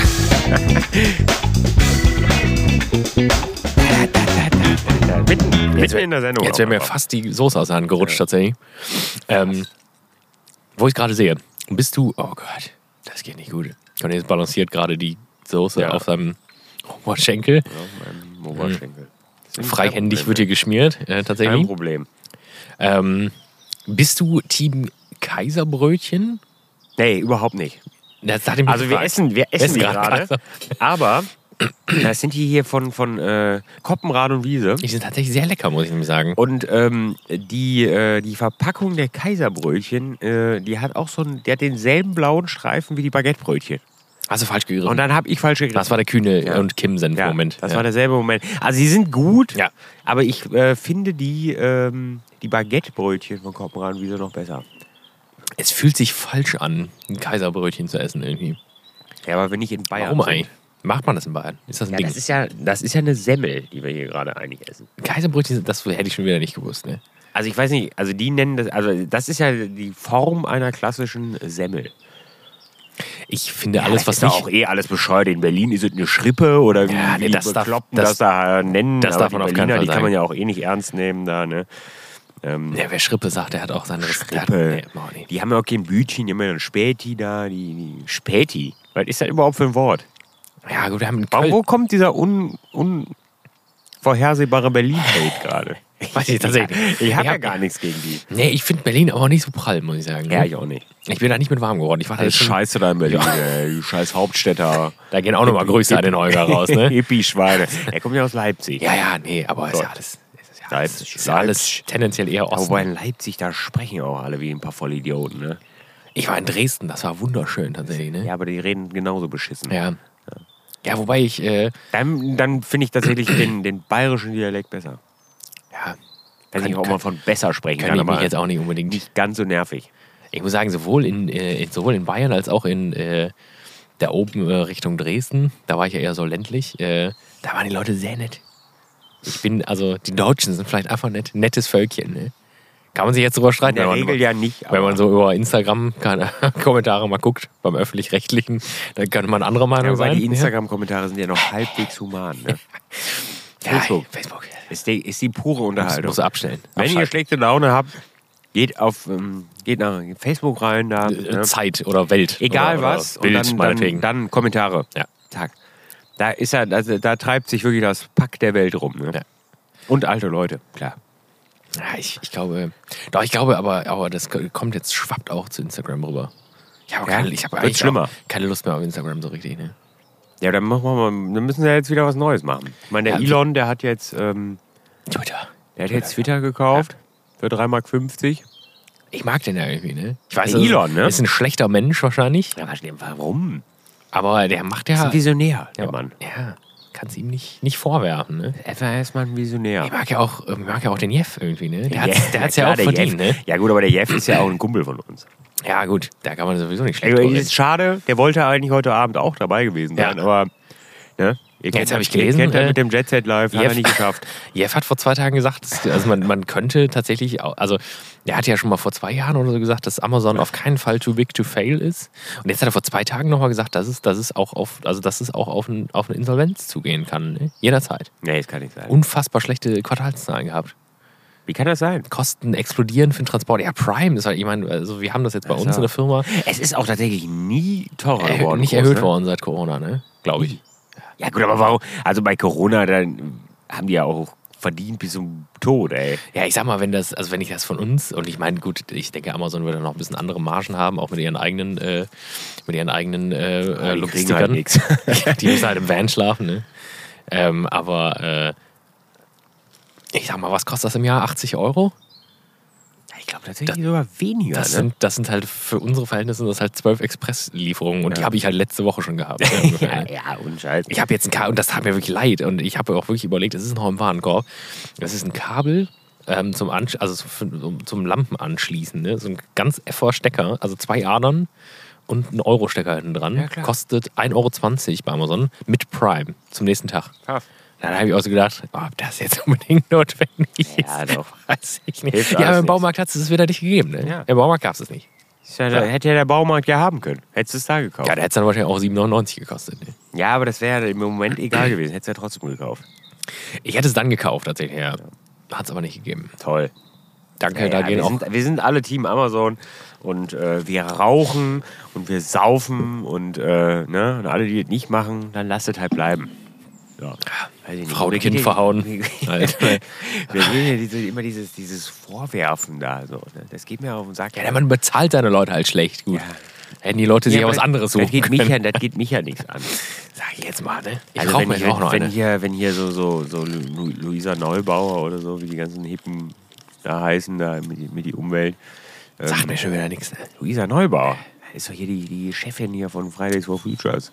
Speaker 2: mal mitten, mitten in der Sendung.
Speaker 1: Jetzt wäre mir
Speaker 2: auch
Speaker 1: fast die Soße aus der Hand gerutscht, tatsächlich. Ähm, wo ich gerade sehe, bist du. Oh Gott, das geht nicht gut. Und jetzt balanciert gerade die Soße
Speaker 2: Ja.
Speaker 1: auf seinem Oberschenkel.
Speaker 2: einfach auf meinem Oberschenkel. Das ist
Speaker 1: Freihändig
Speaker 2: kein
Speaker 1: wird hier
Speaker 2: Problem.
Speaker 1: geschmiert, äh,
Speaker 2: Kein
Speaker 1: tatsächlich.
Speaker 2: Problem.
Speaker 1: Ähm, bist du Team Kaiserbrötchen?
Speaker 2: Nee, überhaupt nicht.
Speaker 1: Das hat ihn
Speaker 2: Also wir
Speaker 1: gefragt.
Speaker 2: essen, wir essen
Speaker 1: Essen
Speaker 2: die
Speaker 1: gerade
Speaker 2: gerade.
Speaker 1: Kaiser.
Speaker 2: Aber das sind die hier von, von äh, Koppenrad und Wiese.
Speaker 1: Die sind tatsächlich sehr lecker, muss ich nämlich sagen.
Speaker 2: Und ähm, die, äh, die Verpackung der Kaiserbrötchen, äh, die hat auch so einen, die hat denselben blauen Streifen wie die Baguettebrötchen.
Speaker 1: Hast du falsch gegriffen?
Speaker 2: Und dann habe ich falsch gegriffen.
Speaker 1: Das war der Kühne
Speaker 2: Ja.
Speaker 1: und Kim-Senf-Moment.
Speaker 2: Ja, das
Speaker 1: ja.
Speaker 2: war derselbe Moment. Also sie sind gut,
Speaker 1: Ja.
Speaker 2: aber ich äh, finde die, ähm, die Baguettebrötchen von Koppenrad und Wiese noch besser.
Speaker 1: Es fühlt sich falsch an, ein Kaiserbrötchen zu essen irgendwie.
Speaker 2: Ja, aber wenn ich in Bayern
Speaker 1: Warum
Speaker 2: bin-
Speaker 1: eigentlich? Macht man das in Bayern? Ist das ein
Speaker 2: Ja,
Speaker 1: Ding?
Speaker 2: das ist ja, das ist ja eine Semmel, die wir hier gerade eigentlich essen.
Speaker 1: Kaiserbrötchen, das hätte ich schon wieder nicht gewusst. Ne?
Speaker 2: Also ich weiß nicht, also die nennen das, also das ist ja die Form einer klassischen Semmel.
Speaker 1: Ich finde alles, was
Speaker 2: ist ja
Speaker 1: nicht...
Speaker 2: auch eh alles bescheuert. In Berlin ist es eine Schrippe oder wie,
Speaker 1: Ja, nee,
Speaker 2: wie
Speaker 1: das darf-
Speaker 2: Bekloppten
Speaker 1: das-
Speaker 2: das, da nennen.
Speaker 1: das
Speaker 2: aber
Speaker 1: darf
Speaker 2: die
Speaker 1: man auf keinen
Speaker 2: Berliner,
Speaker 1: Fall
Speaker 2: die kann
Speaker 1: sagen.
Speaker 2: man ja auch eh nicht ernst nehmen da, ne? Ähm,
Speaker 1: Ja, wer Schrippe sagt, der hat auch seine Schrippe.
Speaker 2: Schrippe.
Speaker 1: Nee, mach nicht.
Speaker 2: Die haben ja auch kein Bütchen, die haben ja ein Späti da, die, die Späti. Was ist das überhaupt für ein Wort?
Speaker 1: Ja, gut, wir haben in
Speaker 2: Warum,
Speaker 1: Köln...
Speaker 2: wo kommt dieser un, unvorhersehbare Berlin-Hate gerade?
Speaker 1: Weiß ich tatsächlich.
Speaker 2: Ich habe ja
Speaker 1: hab-
Speaker 2: gar nichts gegen die.
Speaker 1: Nee, ich finde Berlin aber auch nicht so prall, muss ich sagen.
Speaker 2: Ja,
Speaker 1: Ne?
Speaker 2: ich auch nicht.
Speaker 1: Ich bin da nicht mit warm geworden. Ich war da
Speaker 2: Alles
Speaker 1: jetzt schon,
Speaker 2: Scheiße da in Berlin, ey, die scheiß Hauptstädter.
Speaker 1: Da gehen auch nochmal Grüße an den Holger raus, ne?
Speaker 2: Hippie-Schweine. Er kommt ja aus Leipzig.
Speaker 1: Ja, ja, nee, aber ist ja
Speaker 2: Gott.
Speaker 1: alles... Ist ja alles,
Speaker 2: Leipzig.
Speaker 1: ist ja alles
Speaker 2: Leipzig.
Speaker 1: tendenziell eher Osten.
Speaker 2: Wobei in Leipzig, da sprechen auch alle wie ein paar Vollidioten, ne?
Speaker 1: Ich war in Dresden, das war wunderschön tatsächlich, ne?
Speaker 2: Ja, aber die reden genauso beschissen.
Speaker 1: Ja. Ja, wobei ich, äh,
Speaker 2: Dann, dann finde ich tatsächlich den, den bayerischen Dialekt besser.
Speaker 1: ja,
Speaker 2: Weiß
Speaker 1: Kann-
Speaker 2: nicht, ob man von besser sprechen
Speaker 1: kann
Speaker 2: kann,
Speaker 1: ich mich
Speaker 2: aber
Speaker 1: jetzt auch nicht unbedingt.
Speaker 2: nicht ganz so nervig.
Speaker 1: Ich muss sagen, sowohl in, äh, in- sowohl in Bayern als auch in äh, der oben äh, Richtung Dresden, da war ich ja eher so ländlich, äh, da waren die Leute sehr nett. Ich bin, also die Deutschen sind vielleicht einfach nett, nettes Völkchen, ne? Kann man sich jetzt drüber
Speaker 2: In
Speaker 1: streiten,
Speaker 2: der
Speaker 1: wenn
Speaker 2: Regel
Speaker 1: man,
Speaker 2: ja nicht.
Speaker 1: wenn
Speaker 2: aber-
Speaker 1: man so über Instagram keine Kommentare mal guckt, beim Öffentlich-Rechtlichen, dann könnte man anderer Meinung
Speaker 2: ja, aber
Speaker 1: sein.
Speaker 2: die Instagram-Kommentare sind ja noch halbwegs human. Ne?
Speaker 1: ja,
Speaker 2: Facebook.
Speaker 1: Facebook.
Speaker 2: Ist, die, ist die pure
Speaker 1: Muss,
Speaker 2: Unterhaltung.
Speaker 1: muss abstellen.
Speaker 2: Wenn ihr
Speaker 1: Abschalten.
Speaker 2: schlechte Laune habt, geht auf ähm, geht nach Facebook rein, da.
Speaker 1: Äh,
Speaker 2: Ne?
Speaker 1: Zeit oder Welt.
Speaker 2: Egal
Speaker 1: oder,
Speaker 2: was.
Speaker 1: Oder Bild,
Speaker 2: und dann,
Speaker 1: meinetwegen.
Speaker 2: dann, dann Kommentare.
Speaker 1: Ja.
Speaker 2: Tag. Da ist ja, also, da treibt sich wirklich das Pack der Welt rum. Ne?
Speaker 1: Ja.
Speaker 2: Und alte Leute, klar.
Speaker 1: Ja, ich, ich glaube, doch, ich glaube aber, aber das kommt jetzt, schwappt auch zu Instagram rüber. Ich habe
Speaker 2: Ja?
Speaker 1: keine, ich habe
Speaker 2: Wird's
Speaker 1: eigentlich
Speaker 2: schlimmer?
Speaker 1: auch keine Lust mehr auf Instagram so richtig, ne?
Speaker 2: Ja, dann machen wir mal, dann müssen wir jetzt wieder was Neues machen. Ich meine, der
Speaker 1: Ja,
Speaker 2: Elon, der hat jetzt, ähm,
Speaker 1: Twitter.
Speaker 2: der hat jetzt Twitter gekauft für drei Mark fünfzig.
Speaker 1: Ich mag den ja irgendwie, ne? Ich weiß,
Speaker 2: Der
Speaker 1: das ist-
Speaker 2: Elon, ne?
Speaker 1: Ist ein schlechter Mensch wahrscheinlich,
Speaker 2: Ja, warum?
Speaker 1: aber der macht
Speaker 2: Das ist
Speaker 1: ja.
Speaker 2: ein Visionär, der
Speaker 1: ja,
Speaker 2: Mann.
Speaker 1: Ja, kannst ihm nicht, nicht vorwerfen, ne?
Speaker 2: Er war erstmal ein Visionär.
Speaker 1: Ich mag ja auch, ich mag ja auch den Jeff irgendwie, ne? Der
Speaker 2: Ja,
Speaker 1: hat's, der hat's ja,
Speaker 2: klar,
Speaker 1: auch
Speaker 2: der
Speaker 1: verdient,
Speaker 2: Jeff.
Speaker 1: ne?
Speaker 2: Ja gut, aber der Jeff ist ja auch ein Kumpel von uns.
Speaker 1: Ja, gut, da kann man sowieso nicht schlecht
Speaker 2: Also,
Speaker 1: drüber
Speaker 2: ist schade, der wollte eigentlich heute Abend auch dabei gewesen sein,
Speaker 1: Ja.
Speaker 2: aber ne? Ihr
Speaker 1: Jetzt hab ich
Speaker 2: ihr
Speaker 1: gelesen,
Speaker 2: kennt er
Speaker 1: äh,
Speaker 2: mit dem Jet Set Live, hat
Speaker 1: Jeff-
Speaker 2: er nicht geschafft.
Speaker 1: Jeff hat vor zwei Tagen gesagt, dass- also man, man könnte tatsächlich, auch, also er hat ja schon mal vor zwei Jahren oder so gesagt, dass Amazon auf keinen Fall too big to fail ist. Und jetzt hat er vor zwei Tagen nochmal gesagt, dass es, dass es auch auf, also dass es auch auf, ein, auf eine Insolvenz zugehen kann, ne? Jederzeit.
Speaker 2: Nee, das kann nicht sein.
Speaker 1: Unfassbar schlechte Quartalszahlen gehabt.
Speaker 2: Wie kann das sein?
Speaker 1: Kosten explodieren für den Transport. Ja, Prime ist halt, ich meine, also wir haben das jetzt bei
Speaker 2: Also,
Speaker 1: uns in der Firma.
Speaker 2: Es ist auch tatsächlich nie teurer
Speaker 1: Erhö-
Speaker 2: geworden.
Speaker 1: nicht
Speaker 2: groß,
Speaker 1: erhöht
Speaker 2: ne?
Speaker 1: worden seit Corona, ne? Glaube ich.
Speaker 2: Ja gut, aber warum? Also bei Corona, dann haben die ja auch verdient bis zum Tod, ey.
Speaker 1: Ja, ich sag mal, wenn das, also wenn ich das von uns, und ich meine, gut, ich denke, Amazon wird dann noch ein bisschen andere Margen haben, auch mit ihren eigenen, äh, mit ihren eigenen äh,
Speaker 2: Ja, die kriegen
Speaker 1: Logistikern.
Speaker 2: halt nix.
Speaker 1: Die müssen halt im Van schlafen, ne? Ähm, aber äh, ich sag mal, was kostet das im Jahr? achtzig Euro?
Speaker 2: Ich glaube tatsächlich sogar weniger.
Speaker 1: Das,
Speaker 2: ne?
Speaker 1: sind, das sind halt für unsere Verhältnisse das halt zwölf Expresslieferungen und
Speaker 2: Ja.
Speaker 1: die habe ich halt letzte Woche schon gehabt. Ne?
Speaker 2: ja, ja, und Scheiß.
Speaker 1: Ich habe jetzt ein Kabel, und das tat mir wirklich leid. Und ich habe auch wirklich überlegt, es ist noch im Warenkorb. Das ist ein Kabel ähm, zum, Ansch- also für, um, zum Lampen anschließen. Ne? So ein ganz effer Stecker, also zwei Adern und ein Euro-Stecker hinten dran.
Speaker 2: Ja, klar.
Speaker 1: Kostet ein Euro zwanzig bei Amazon mit Prime zum nächsten Tag.
Speaker 2: Paff.
Speaker 1: Dann habe ich auch so gedacht, oh, ob das jetzt unbedingt notwendig ist.
Speaker 2: Ja, doch.
Speaker 1: Weiß ich nicht.
Speaker 2: Hilft
Speaker 1: Ja,
Speaker 2: alles
Speaker 1: aber im
Speaker 2: nichts.
Speaker 1: Baumarkt hat es es wieder nicht gegeben. Ne?
Speaker 2: Ja.
Speaker 1: Im Baumarkt gab es es nicht.
Speaker 2: Ja, da hätte ja der Baumarkt ja haben können. Hättest du es da gekauft.
Speaker 1: Ja, der hätte es dann wahrscheinlich auch sieben neunundneunzig gekostet. Ne?
Speaker 2: Ja, aber das wäre im Moment egal gewesen. Hättest du ja trotzdem gekauft.
Speaker 1: Ich hätte es dann gekauft, tatsächlich. Ja. Hat es aber nicht gegeben.
Speaker 2: Toll.
Speaker 1: Danke,
Speaker 2: Ja,
Speaker 1: da
Speaker 2: ja,
Speaker 1: gehen
Speaker 2: wir,
Speaker 1: auch.
Speaker 2: sind, wir sind alle Team Amazon und äh, wir rauchen und wir saufen und, äh, ne, und alle, die das nicht machen, dann lasst es halt bleiben. Ja, weiß ich nicht.
Speaker 1: Frau und
Speaker 2: Mir
Speaker 1: Kind
Speaker 2: geht ja-
Speaker 1: verhauen.
Speaker 2: mir-
Speaker 1: Halt.
Speaker 2: Wir sehen ja diese, immer dieses, dieses Vorwerfen da. So, ne? Das geht mir auf den Sack.
Speaker 1: Ja, der Mann bezahlt seine Leute halt schlecht. Gut.
Speaker 2: Ja.
Speaker 1: Hätten die Leute sich
Speaker 2: Ja,
Speaker 1: ja,
Speaker 2: aber
Speaker 1: was anderes suchen
Speaker 2: das geht, mich
Speaker 1: können.
Speaker 2: ja, das geht mich ja nichts an.
Speaker 1: Sag ich jetzt mal, ne? Ich
Speaker 2: Also
Speaker 1: rauche
Speaker 2: wenn,
Speaker 1: mir
Speaker 2: ich,
Speaker 1: jetzt auch
Speaker 2: wenn,
Speaker 1: noch
Speaker 2: wenn,
Speaker 1: eine.
Speaker 2: hier, wenn hier so, so, so Lu- Luisa Neubauer oder so, wie die ganzen Hippen da heißen, da mit, die- mit die Umwelt. Ähm,
Speaker 1: Sag mir schon wieder nichts. Ne?
Speaker 2: Luisa Neubauer ist doch hier die, die Chefin hier von Fridays for Futures.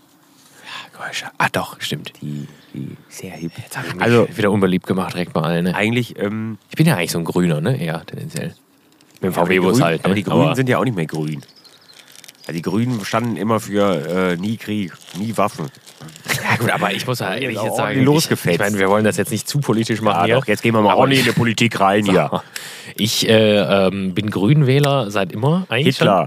Speaker 1: Ah, doch, stimmt.
Speaker 2: Die, die sehr hip.
Speaker 1: Jetzt habe ich mich
Speaker 2: Also
Speaker 1: wieder unbeliebt gemacht, direkt mal allen. Ne?
Speaker 2: eigentlich, ähm,
Speaker 1: Ich bin ja eigentlich so ein Grüner, ne? Eher tendenziell. Mit dem
Speaker 2: aber die
Speaker 1: V W-Bus
Speaker 2: Grünen-
Speaker 1: halt. Ne?
Speaker 2: aber die Grünen sind ja auch nicht mehr grün. Also die Grünen standen immer für äh, nie Krieg, nie Waffen.
Speaker 1: Ja, gut, aber ich muss ja
Speaker 2: Hier
Speaker 1: ehrlich
Speaker 2: ist
Speaker 1: jetzt
Speaker 2: auch
Speaker 1: sagen,
Speaker 2: ordentlich losgefetzt.
Speaker 1: ich, ich meine, wir wollen das jetzt nicht zu politisch machen
Speaker 2: Ja,
Speaker 1: hier.
Speaker 2: doch, jetzt gehen wir mal
Speaker 1: Aber
Speaker 2: ordentlich in
Speaker 1: ich-
Speaker 2: die Politik rein hier.
Speaker 1: So. Ich äh, ähm, bin Grünwähler seit immer eigentlich
Speaker 2: Hitler.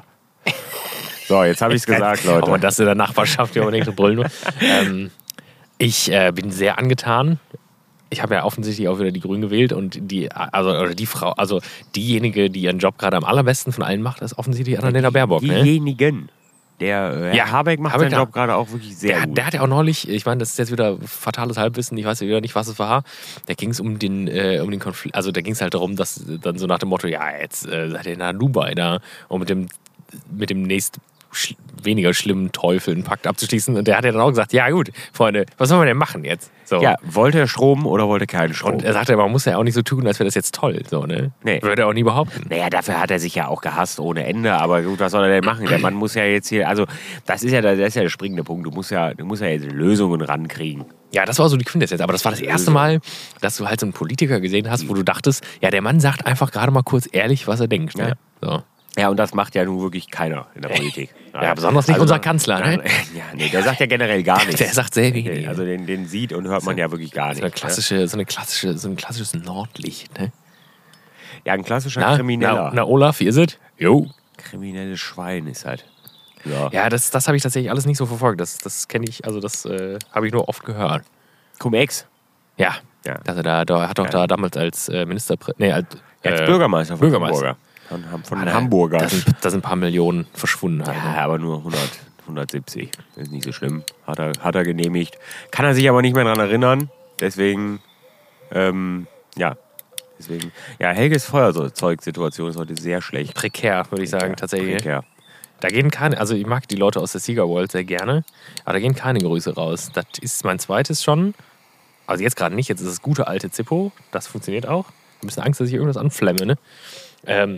Speaker 2: So, jetzt habe ich es gesagt,
Speaker 1: schon. Aber
Speaker 2: Leute.
Speaker 1: das in der Nachbarschaft hier unbedingt zu brüllen. Nur. ähm, ich äh, bin sehr angetan. Ich habe ja offensichtlich auch wieder die Grünen gewählt und die, also oder die Frau, also diejenige, die ihren Job gerade am allerbesten von allen macht, ist offensichtlich Annalena Baerbock. Ne?
Speaker 2: Diejenigen. Der äh, Herr
Speaker 1: Ja,
Speaker 2: Habeck macht
Speaker 1: Habeck,
Speaker 2: seinen Job gerade auch wirklich sehr
Speaker 1: Der,
Speaker 2: gut.
Speaker 1: der hat ja auch neulich, ich meine, das ist jetzt wieder fatales Halbwissen, ich weiß wieder nicht, was es war. Da ging es um den, äh, um den Konflikt, also da ging es halt darum, dass dann so nach dem Motto, ja, jetzt äh, seid ihr nach Dubai da, um mit dem, mit dem nächst sch weniger schlimmen Teufel einen Pakt abzuschließen. Und der hat ja dann auch gesagt, ja gut, Freunde, was sollen wir denn machen jetzt? So.
Speaker 2: Ja, wollte er Strom oder wollte er keinen Strom?
Speaker 1: Und er sagte, man muss ja auch nicht so tun, als wäre das jetzt toll. So, ne?
Speaker 2: Nee.
Speaker 1: Würde er auch nie behaupten.
Speaker 2: Naja, dafür hat er sich ja auch gehasst ohne Ende, aber gut, was soll er denn machen? Der Mann muss ja jetzt hier, also das ist ja der, das ist ja der springende Punkt, du musst ja, du musst ja jetzt Lösungen rankriegen.
Speaker 1: Ja, das war so die Quintessenz. Aber das war das erste Mal, dass du halt so einen Politiker gesehen hast, wo du dachtest, ja, der Mann sagt einfach gerade mal kurz ehrlich, was er denkt. Ne? So.
Speaker 2: Ja, und das macht ja nun wirklich keiner in der Politik.
Speaker 1: Ja, besonders nicht unser Kanzler, ne?
Speaker 2: Ja, nee, der sagt ja generell gar nichts.
Speaker 1: Der sagt sehr wenig.
Speaker 2: Also den, den sieht und hört man ja wirklich gar nicht.
Speaker 1: So eine klassische, so eine klassische, so ein klassisches Nordlicht, ne?
Speaker 2: Ja, ein klassischer
Speaker 1: Na,
Speaker 2: Krimineller.
Speaker 1: na, na Olaf, wie ist es? Jo.
Speaker 2: Kriminelles Schwein ist halt. Ja.
Speaker 1: Ja, das, das habe ich tatsächlich alles nicht so verfolgt. Das, das kenne ich, also das äh, habe ich nur oft gehört.
Speaker 2: Cum-Ex.
Speaker 1: Ja.
Speaker 2: Ja.
Speaker 1: Dass er da, da hat doch
Speaker 2: Ja.
Speaker 1: da damals als äh, Ministerpräsident, nee, als,
Speaker 2: Als
Speaker 1: äh,
Speaker 2: Bürgermeister von
Speaker 1: Bürgermeister.
Speaker 2: Hamburger. Von, von
Speaker 1: hat er-
Speaker 2: Hamburger.
Speaker 1: Da sind, da sind ein paar Millionen verschwunden halt.
Speaker 2: Ja,
Speaker 1: ne?
Speaker 2: aber nur hundert, hundertsiebzig. Das ist nicht so schlimm. Hat er, hat er genehmigt. Kann er sich aber nicht mehr daran erinnern. Deswegen, ähm, ja. Deswegen, ja, Helges Feuerzeugsituation ist heute sehr schlecht.
Speaker 1: Prekär, würde ich sagen,
Speaker 2: Ja,
Speaker 1: tatsächlich.
Speaker 2: prekär.
Speaker 1: Da gehen keine, also ich mag die Leute aus der Sieger World sehr gerne, aber da gehen keine Grüße raus. Das ist mein zweites schon. Also jetzt gerade nicht, jetzt ist das gute alte Zippo. Das funktioniert auch. Ein bisschen Angst, dass ich irgendwas anflamme, ne? Ähm,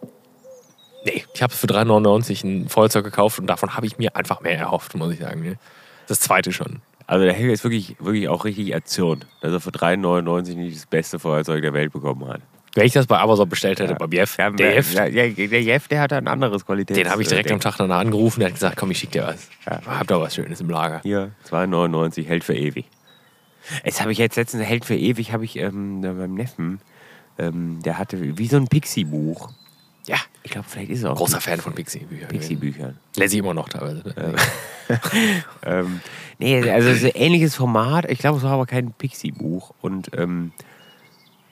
Speaker 1: nee, ich habe für drei neunundneunzig ein Feuerzeug gekauft und davon habe ich mir einfach mehr erhofft, muss ich sagen. Ne? Das zweite schon.
Speaker 2: Also der Helge ist wirklich, wirklich auch richtig erzürnt, dass er für drei neunundneunzig nicht das beste Feuerzeug der Welt bekommen hat.
Speaker 1: Wenn ich das bei Amazon bestellt hätte,
Speaker 2: Ja.
Speaker 1: beim Jeff,
Speaker 2: Ja,
Speaker 1: der Jeff,
Speaker 2: ja, ja, der Jeff, der hat ein anderes Qualität.
Speaker 1: den habe ich direkt am Tag danach angerufen, der hat gesagt, komm, ich schick dir was.
Speaker 2: Ja.
Speaker 1: Hab doch was Schönes im Lager.
Speaker 2: Hier, zwei neunundneunzig, hält für ewig. Jetzt habe ich jetzt letztens, hält für ewig, habe ich ähm, beim Neffen, ähm, der hatte wie so ein Pixie-Buch.
Speaker 1: Ja,
Speaker 2: Ich glaube, vielleicht ist er auch
Speaker 1: großer Fan von Pixie-Büchern.
Speaker 2: Pixie-Büchern.
Speaker 1: Lese ich immer noch teilweise. Ne?
Speaker 2: ähm, nee, also so ein ähnliches Format. Ich glaube, es war aber kein Pixie-Buch. Und ähm,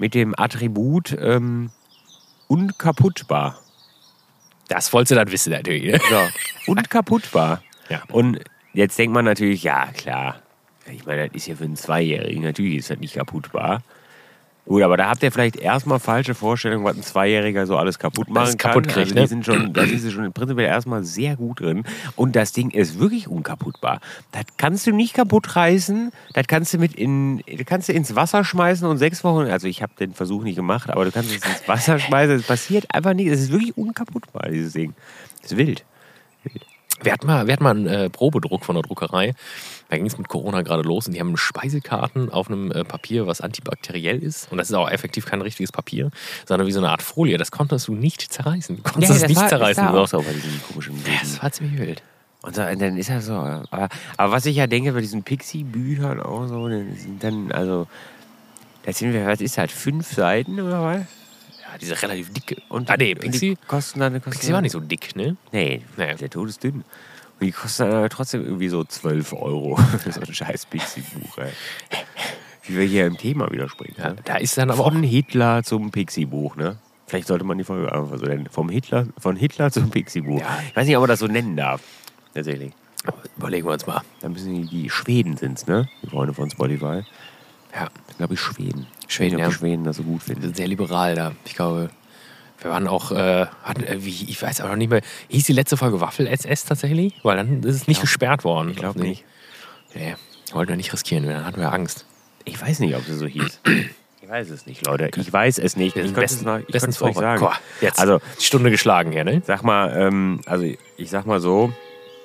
Speaker 2: mit dem Attribut ähm, unkaputtbar.
Speaker 1: Das wolltest du dann wissen natürlich. Ne?
Speaker 2: So, unkaputtbar.
Speaker 1: Ja.
Speaker 2: Und jetzt denkt man natürlich, ja klar, ich meine, das ist ja für einen Zweijährigen, natürlich ist das nicht kaputtbar. Gut, aber da habt ihr vielleicht erstmal falsche Vorstellungen, was ein Zweijähriger so alles kaputt machen
Speaker 1: alles kaputt
Speaker 2: kann.
Speaker 1: kriegt,
Speaker 2: also
Speaker 1: ne?
Speaker 2: die sind schon, da sind sie schon prinzipiell erstmal sehr gut drin. Und das Ding ist wirklich unkaputtbar. Das kannst du nicht kaputt reißen. Das kannst du mit in, das kannst du ins Wasser schmeißen und sechs Wochen, also ich habe den Versuch nicht gemacht, aber du kannst es ins Wasser schmeißen. Es passiert einfach nicht. Es ist wirklich unkaputtbar, dieses Ding. Das ist wild. wild.
Speaker 1: Wir hatten mal, wir hatten mal einen äh, Probedruck von der Druckerei. Da ging es mit Corona gerade los und die haben Speisekarten auf einem äh, Papier, was antibakteriell ist. Und das ist auch effektiv kein richtiges Papier, sondern wie so eine Art Folie. Das konntest du nicht zerreißen. Du konntest
Speaker 2: Ja,
Speaker 1: es
Speaker 2: das
Speaker 1: nicht
Speaker 2: war,
Speaker 1: zerreißen.
Speaker 2: Das war auch
Speaker 1: so.
Speaker 2: so bei diesen komischen
Speaker 1: Ja,
Speaker 2: Bildern.
Speaker 1: das war ziemlich wild.
Speaker 2: Und so, dann ist er so. Aber, aber was ich ja denke bei diesen Pixie-Büchern auch so, dann sind dann, also, das sind wir, was ist halt, fünf Seiten oder was?
Speaker 1: Ja, diese relativ dicke.
Speaker 2: Und
Speaker 1: ah, nee,
Speaker 2: und
Speaker 1: Pixie,
Speaker 2: die kosten dann, kosten
Speaker 1: Pixie war nicht so dick, ne?
Speaker 2: Nee,
Speaker 1: Nee.
Speaker 2: der Tod ist dünn. Und die kosten dann aber trotzdem irgendwie so zwölf Euro. So ein scheiß Pixie-Buch, ey. Wie wir hier im Thema widerspringen.
Speaker 1: Ja,
Speaker 2: Ne?
Speaker 1: da ist dann aber auch.
Speaker 2: Von Hitler zum Pixie-Buch, ne? Vielleicht sollte man die Folge einfach so nennen. Vom Hitler, von Hitler zum Pixie-Buch.
Speaker 1: Ja.
Speaker 2: Ich weiß nicht, ob man das so nennen darf. Tatsächlich.
Speaker 1: Überlegen wir uns mal.
Speaker 2: Dann müssen die, die Schweden sind's, ne? Die Freunde von Spotify.
Speaker 1: Ja,
Speaker 2: Ich glaube, ich Schweden.
Speaker 1: Schweden,
Speaker 2: ich
Speaker 1: ja.
Speaker 2: die Schweden das so gut
Speaker 1: Wir
Speaker 2: finden.
Speaker 1: sind sehr liberal da. Ich glaube, wir waren auch, äh, hatten, äh, wie, ich weiß auch noch nicht mehr, hieß die letzte Folge Waffel-S S tatsächlich? Weil dann ist es nicht
Speaker 2: glaub-
Speaker 1: gesperrt worden.
Speaker 2: Ich glaube
Speaker 1: Nee.
Speaker 2: nicht.
Speaker 1: Nee, wollten wir nicht riskieren, dann hatten wir Angst.
Speaker 2: Ich weiß nicht, ob das so hieß. Ich weiß es nicht, Leute. Ich weiß es nicht.
Speaker 1: Wir
Speaker 2: Ich
Speaker 1: sind
Speaker 2: könnte
Speaker 1: besten,
Speaker 2: es, noch, ich
Speaker 1: bestens
Speaker 2: könnte es euch sagen.
Speaker 1: vorbereitet. Guck mal, jetzt,
Speaker 2: Also,
Speaker 1: die Stunde geschlagen hier, ne?
Speaker 2: sag mal, ähm, also ich sag mal so,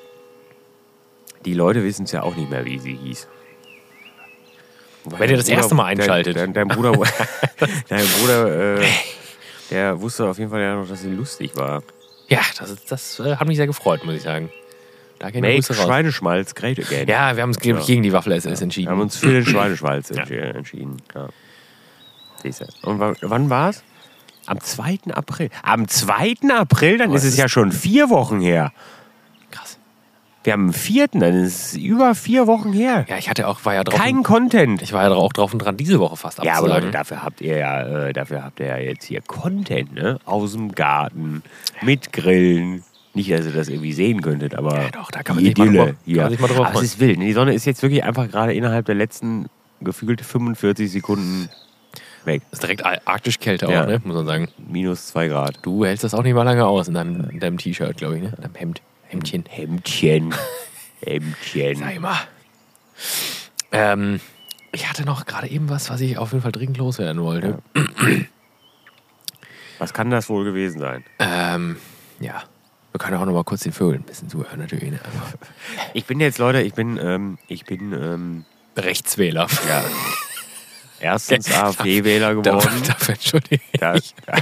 Speaker 2: die Leute wissen es ja auch nicht mehr, wie sie hieß.
Speaker 1: Wenn ihr das erste Mal einschaltet.
Speaker 2: Dein, dein, dein Bruder, dein Bruder äh, der wusste auf jeden Fall ja noch, dass sie lustig war.
Speaker 1: Ja, das, ist- das äh, hat mich sehr gefreut, muss ich sagen. Da gehen die
Speaker 2: Make
Speaker 1: Grüße raus.
Speaker 2: Schweineschmalz great again.
Speaker 1: Ja, wir haben uns glaub ich,
Speaker 2: Ja.
Speaker 1: gegen die Waffel-S S
Speaker 2: Wir
Speaker 1: entschieden.
Speaker 2: haben uns für den Schweineschmalz
Speaker 1: Ja.
Speaker 2: entschi- entschieden. Ja. Siehst du. Und wann, wann war es? Am zweiten April. Am zweiten April? Dann
Speaker 1: Oh,
Speaker 2: ist
Speaker 1: das
Speaker 2: es ja schon vier Wochen her.
Speaker 1: Krass.
Speaker 2: Wir haben den vierten, dann ist es über vier Wochen her.
Speaker 1: Ja, ich hatte auch, war ja drauf.
Speaker 2: Kein Content.
Speaker 1: Ich war ja auch drauf und dran, diese Woche fast
Speaker 2: Ja, aber
Speaker 1: abzusagen.
Speaker 2: Leute, dafür habt ihr ja, äh, dafür habt ihr ja jetzt hier Content, ne? Aus dem Garten, mit Grillen. Nicht, dass ihr das irgendwie sehen könntet, aber
Speaker 1: Ja, doch, da kann man
Speaker 2: die
Speaker 1: sich mal
Speaker 2: Idylle
Speaker 1: drüber-
Speaker 2: hier.
Speaker 1: kann man sich mal drüber
Speaker 2: aber es
Speaker 1: freuen.
Speaker 2: ist wild. ne? Die Sonne ist jetzt wirklich einfach gerade innerhalb der letzten gefühlt fünfundvierzig Sekunden weg.
Speaker 1: ist direkt ar- arktisch Kälte
Speaker 2: Ja.
Speaker 1: auch, ne? Muss man sagen.
Speaker 2: Minus zwei Grad.
Speaker 1: Du hältst das auch nicht mal lange aus in deinem, in deinem T-Shirt, glaube ich, ne? In deinem Hemd. Hemdchen.
Speaker 2: Hemdchen. Hemdchen.
Speaker 1: Sag mal. Ähm, ich hatte noch gerade eben was, was ich auf jeden Fall dringend loswerden wollte.
Speaker 2: Was kann das wohl gewesen sein?
Speaker 1: Ja, ähm, ja. Wir können auch noch mal kurz den Vögeln ein bisschen zuhören, natürlich. Ne? Also,
Speaker 2: Ich bin jetzt, Leute, ich bin, ähm, ich bin, ähm,
Speaker 1: Rechtswähler.
Speaker 2: ja, erstens AfD-Wähler geworden.
Speaker 1: Dafür, dafür entschuldige ich.
Speaker 2: Da,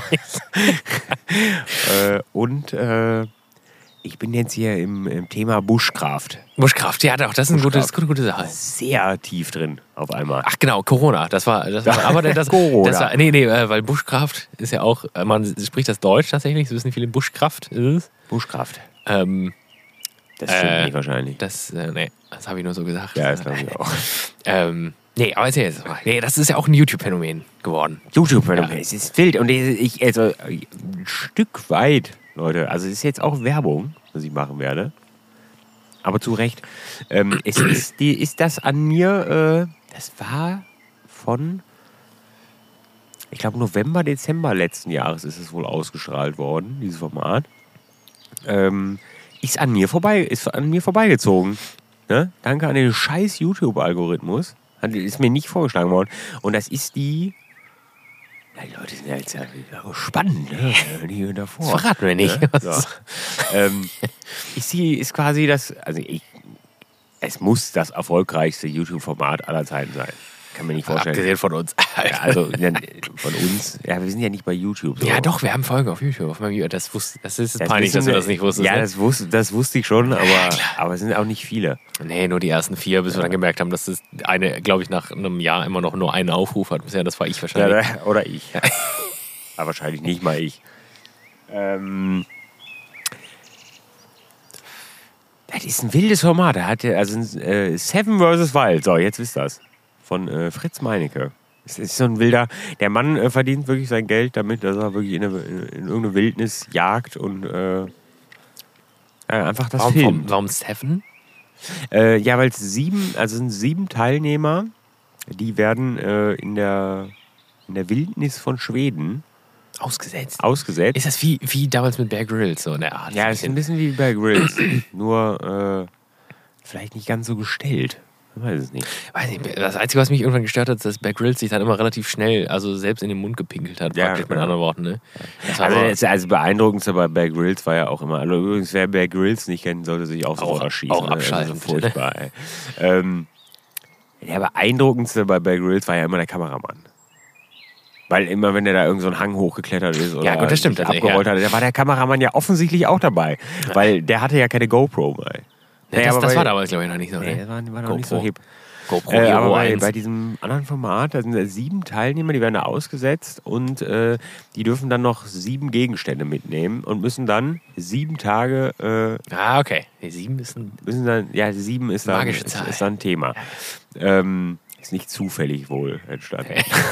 Speaker 2: äh, und äh, ich bin jetzt hier im, im Thema Bushcraft
Speaker 1: Buschkraft, ja, doch, das ist eine gute, das ist eine gute Sache.
Speaker 2: sehr tief drin auf einmal.
Speaker 1: Ach genau, Corona, das war, das war aber das,
Speaker 2: Corona.
Speaker 1: das war, nee, nee, äh, weil Buschkraft ist ja auch, äh, man spricht das Deutsch tatsächlich, das wissen viele, Buschkraft ist es.
Speaker 2: Bushcraft.
Speaker 1: Ähm,
Speaker 2: Das stimmt
Speaker 1: Äh,
Speaker 2: nicht wahrscheinlich.
Speaker 1: das, äh, nee, das habe ich nur so gesagt.
Speaker 2: Ja, das glaube ich auch.
Speaker 1: Ähm, nee, aber erzähl jetzt mal. Nee, das ist ja auch ein YouTube-Phänomen geworden.
Speaker 2: YouTube-Phänomen.
Speaker 1: Ja.
Speaker 2: Es ist wild. Und ich, also, ein Stück weit, Leute, also es ist jetzt auch Werbung, was ich machen werde. Aber zu Recht. Ähm, es ist, die, ist das an mir, äh, das war von, ich glaube, November, Dezember letzten Jahres ist es wohl ausgestrahlt worden, dieses Format. Ähm, ist an mir vorbei, ist an mir vorbeigezogen. Ne? Danke an den scheiß YouTube-Algorithmus. Hat- Ist mir nicht vorgeschlagen worden. Und das ist die. Ja, die Leute sind ja jetzt ja wieder spannend, ne? Die davor.
Speaker 1: Das verraten wir nicht.
Speaker 2: Ne?
Speaker 1: Was
Speaker 2: So.
Speaker 1: ist-
Speaker 2: ähm, ist, die, ist quasi das. Also ich. Es muss das erfolgreichste YouTube-Format aller Zeiten sein. Kann mir nicht vorstellen.
Speaker 1: Abgesehen von uns.
Speaker 2: Ja, also dann, von uns. Ja, wir sind ja nicht bei YouTube. So.
Speaker 1: Ja, doch, wir haben Folgen auf YouTube. Auf meinem YouTube. Das, wusste, das ist
Speaker 2: Das
Speaker 1: peinlich, dass
Speaker 2: wissen
Speaker 1: du das nicht wusstest.
Speaker 2: Ja,
Speaker 1: ne?
Speaker 2: das, wusste, das wusste ich schon, aber, aber es sind auch nicht viele.
Speaker 1: Nee, nur die ersten vier, bis wir dann gemerkt haben, dass das eine, glaube ich, nach einem Jahr immer noch nur einen Aufruf hat. Bisher, das war ich
Speaker 2: Ja,
Speaker 1: wahrscheinlich.
Speaker 2: da- oder ich. Aber wahrscheinlich nicht mal ich. Ähm, das ist ein wildes Format. Er hatte also äh, Seven versus Wild. So, jetzt wisst ihr das. Von äh, Fritz Meinecke. Es ist so ein wilder, der Mann äh, verdient wirklich sein Geld damit, dass er wirklich in, eine, in irgendeine Wildnis jagt und äh, ja, einfach das
Speaker 1: Warum,
Speaker 2: filmt.
Speaker 1: warum, warum Seven?
Speaker 2: Äh, ja, weil es sieben, also es sind sieben Teilnehmer, die werden äh, in, der, in der Wildnis von Schweden
Speaker 1: Ausgesetzt.
Speaker 2: ausgesetzt.
Speaker 1: Ist das wie, wie damals mit Bear Grylls, so in der Art?
Speaker 2: Ja, es ist ein bisschen wie bei Grills, nur äh, vielleicht nicht ganz so gestellt. Ich weiß es nicht.
Speaker 1: Weiß nicht. Das Einzige, was mich irgendwann gestört hat, ist, dass Bear Grylls sich dann immer relativ schnell, also selbst in den Mund gepinkelt hat,
Speaker 2: Ja,
Speaker 1: praktisch mit
Speaker 2: ja.
Speaker 1: anderen Worten. Ne? Das war
Speaker 2: Also
Speaker 1: aber
Speaker 2: das also beeindruckendste bei Bear Grylls war ja auch immer, also übrigens, wer Bear Grylls nicht kennt, sollte sich auch sofort
Speaker 1: Auch-
Speaker 2: erschießen.
Speaker 1: auch
Speaker 2: ne?
Speaker 1: abschalten,
Speaker 2: Das ist so furchtbar, ey. ähm, der beeindruckendste bei Bear Grylls war ja immer der Kameramann. Weil immer, wenn der da irgend so einen Hang hochgeklettert ist oder
Speaker 1: Ja, gut, das stimmt,
Speaker 2: sich
Speaker 1: also,
Speaker 2: abgerollt
Speaker 1: ja.
Speaker 2: hat, da war der Kameramann ja offensichtlich auch dabei. Weil der hatte ja keine GoPro bei.
Speaker 1: Ja,
Speaker 2: Nee,
Speaker 1: das,
Speaker 2: aber
Speaker 1: das
Speaker 2: bei-
Speaker 1: war damals, glaube ich, noch nicht so.
Speaker 2: Nee,
Speaker 1: Ne?
Speaker 2: das war, war noch
Speaker 1: GoPro.
Speaker 2: nicht so hip.
Speaker 1: GoPro
Speaker 2: Äh,
Speaker 1: Hero
Speaker 2: aber bei,
Speaker 1: eins.
Speaker 2: bei diesem anderen Format, da sind ja sieben Teilnehmer, die werden da ausgesetzt und äh, die dürfen dann noch sieben Gegenstände mitnehmen und müssen dann sieben Tage, äh,
Speaker 1: Ah, okay. Die sieben ist ein...
Speaker 2: müssen dann, ja, sieben ist dann,
Speaker 1: Magische
Speaker 2: ist,
Speaker 1: Zahl.
Speaker 2: ist dann Thema. Ähm, ist nicht zufällig wohl entstanden.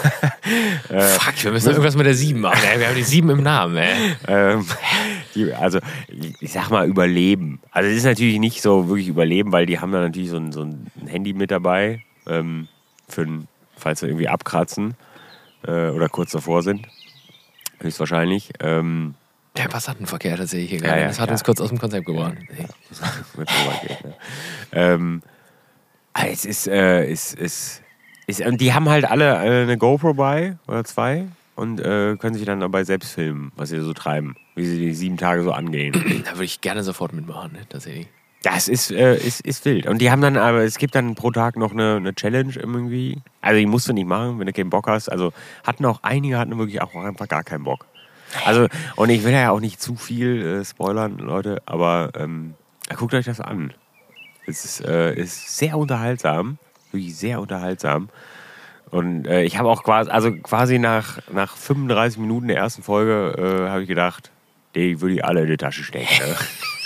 Speaker 1: Äh, Fuck, wir müssen irgendwas mit der sieben machen. Ey. Wir haben die sieben im Namen. Ey.
Speaker 2: ähm, die, also, ich sag mal, überleben. Also, es ist natürlich nicht so wirklich überleben, weil die haben da natürlich so ein, so ein Handy mit dabei, ähm, für ein, falls sie irgendwie abkratzen äh, oder kurz davor sind. Höchstwahrscheinlich. Ähm,
Speaker 1: Der Passantenverkehr tatsächlich hier
Speaker 2: Ja,
Speaker 1: gerade.
Speaker 2: ja,
Speaker 1: das hat
Speaker 2: klar.
Speaker 1: uns kurz aus dem Konzept gebracht. Ey.
Speaker 2: mit drüber geht, ne? ähm, aber es ist, äh, es ist, ist, und die haben halt alle äh, eine GoPro bei oder zwei und äh, können sich dann dabei selbst filmen, was sie so treiben, wie sie die sieben Tage so angehen.
Speaker 1: Da würde ich gerne sofort mitmachen, ne? Tatsächlich.
Speaker 2: Das ist, äh, ist, ist wild. Und die haben dann, aber es gibt dann pro Tag noch eine, eine Challenge irgendwie. Also die musst du nicht machen, wenn du keinen Bock hast. Also hatten auch einige, hatten wirklich auch einfach gar keinen Bock. Also, und ich will ja auch nicht zu viel äh, spoilern, Leute, aber ähm, guckt euch das an. Es ist, äh, ist sehr unterhaltsam, wirklich sehr unterhaltsam. Und äh, ich habe auch quasi, also quasi nach, nach fünfunddreißig Minuten der ersten Folge äh, habe ich gedacht, die würde ich alle in die Tasche stecken. Ne?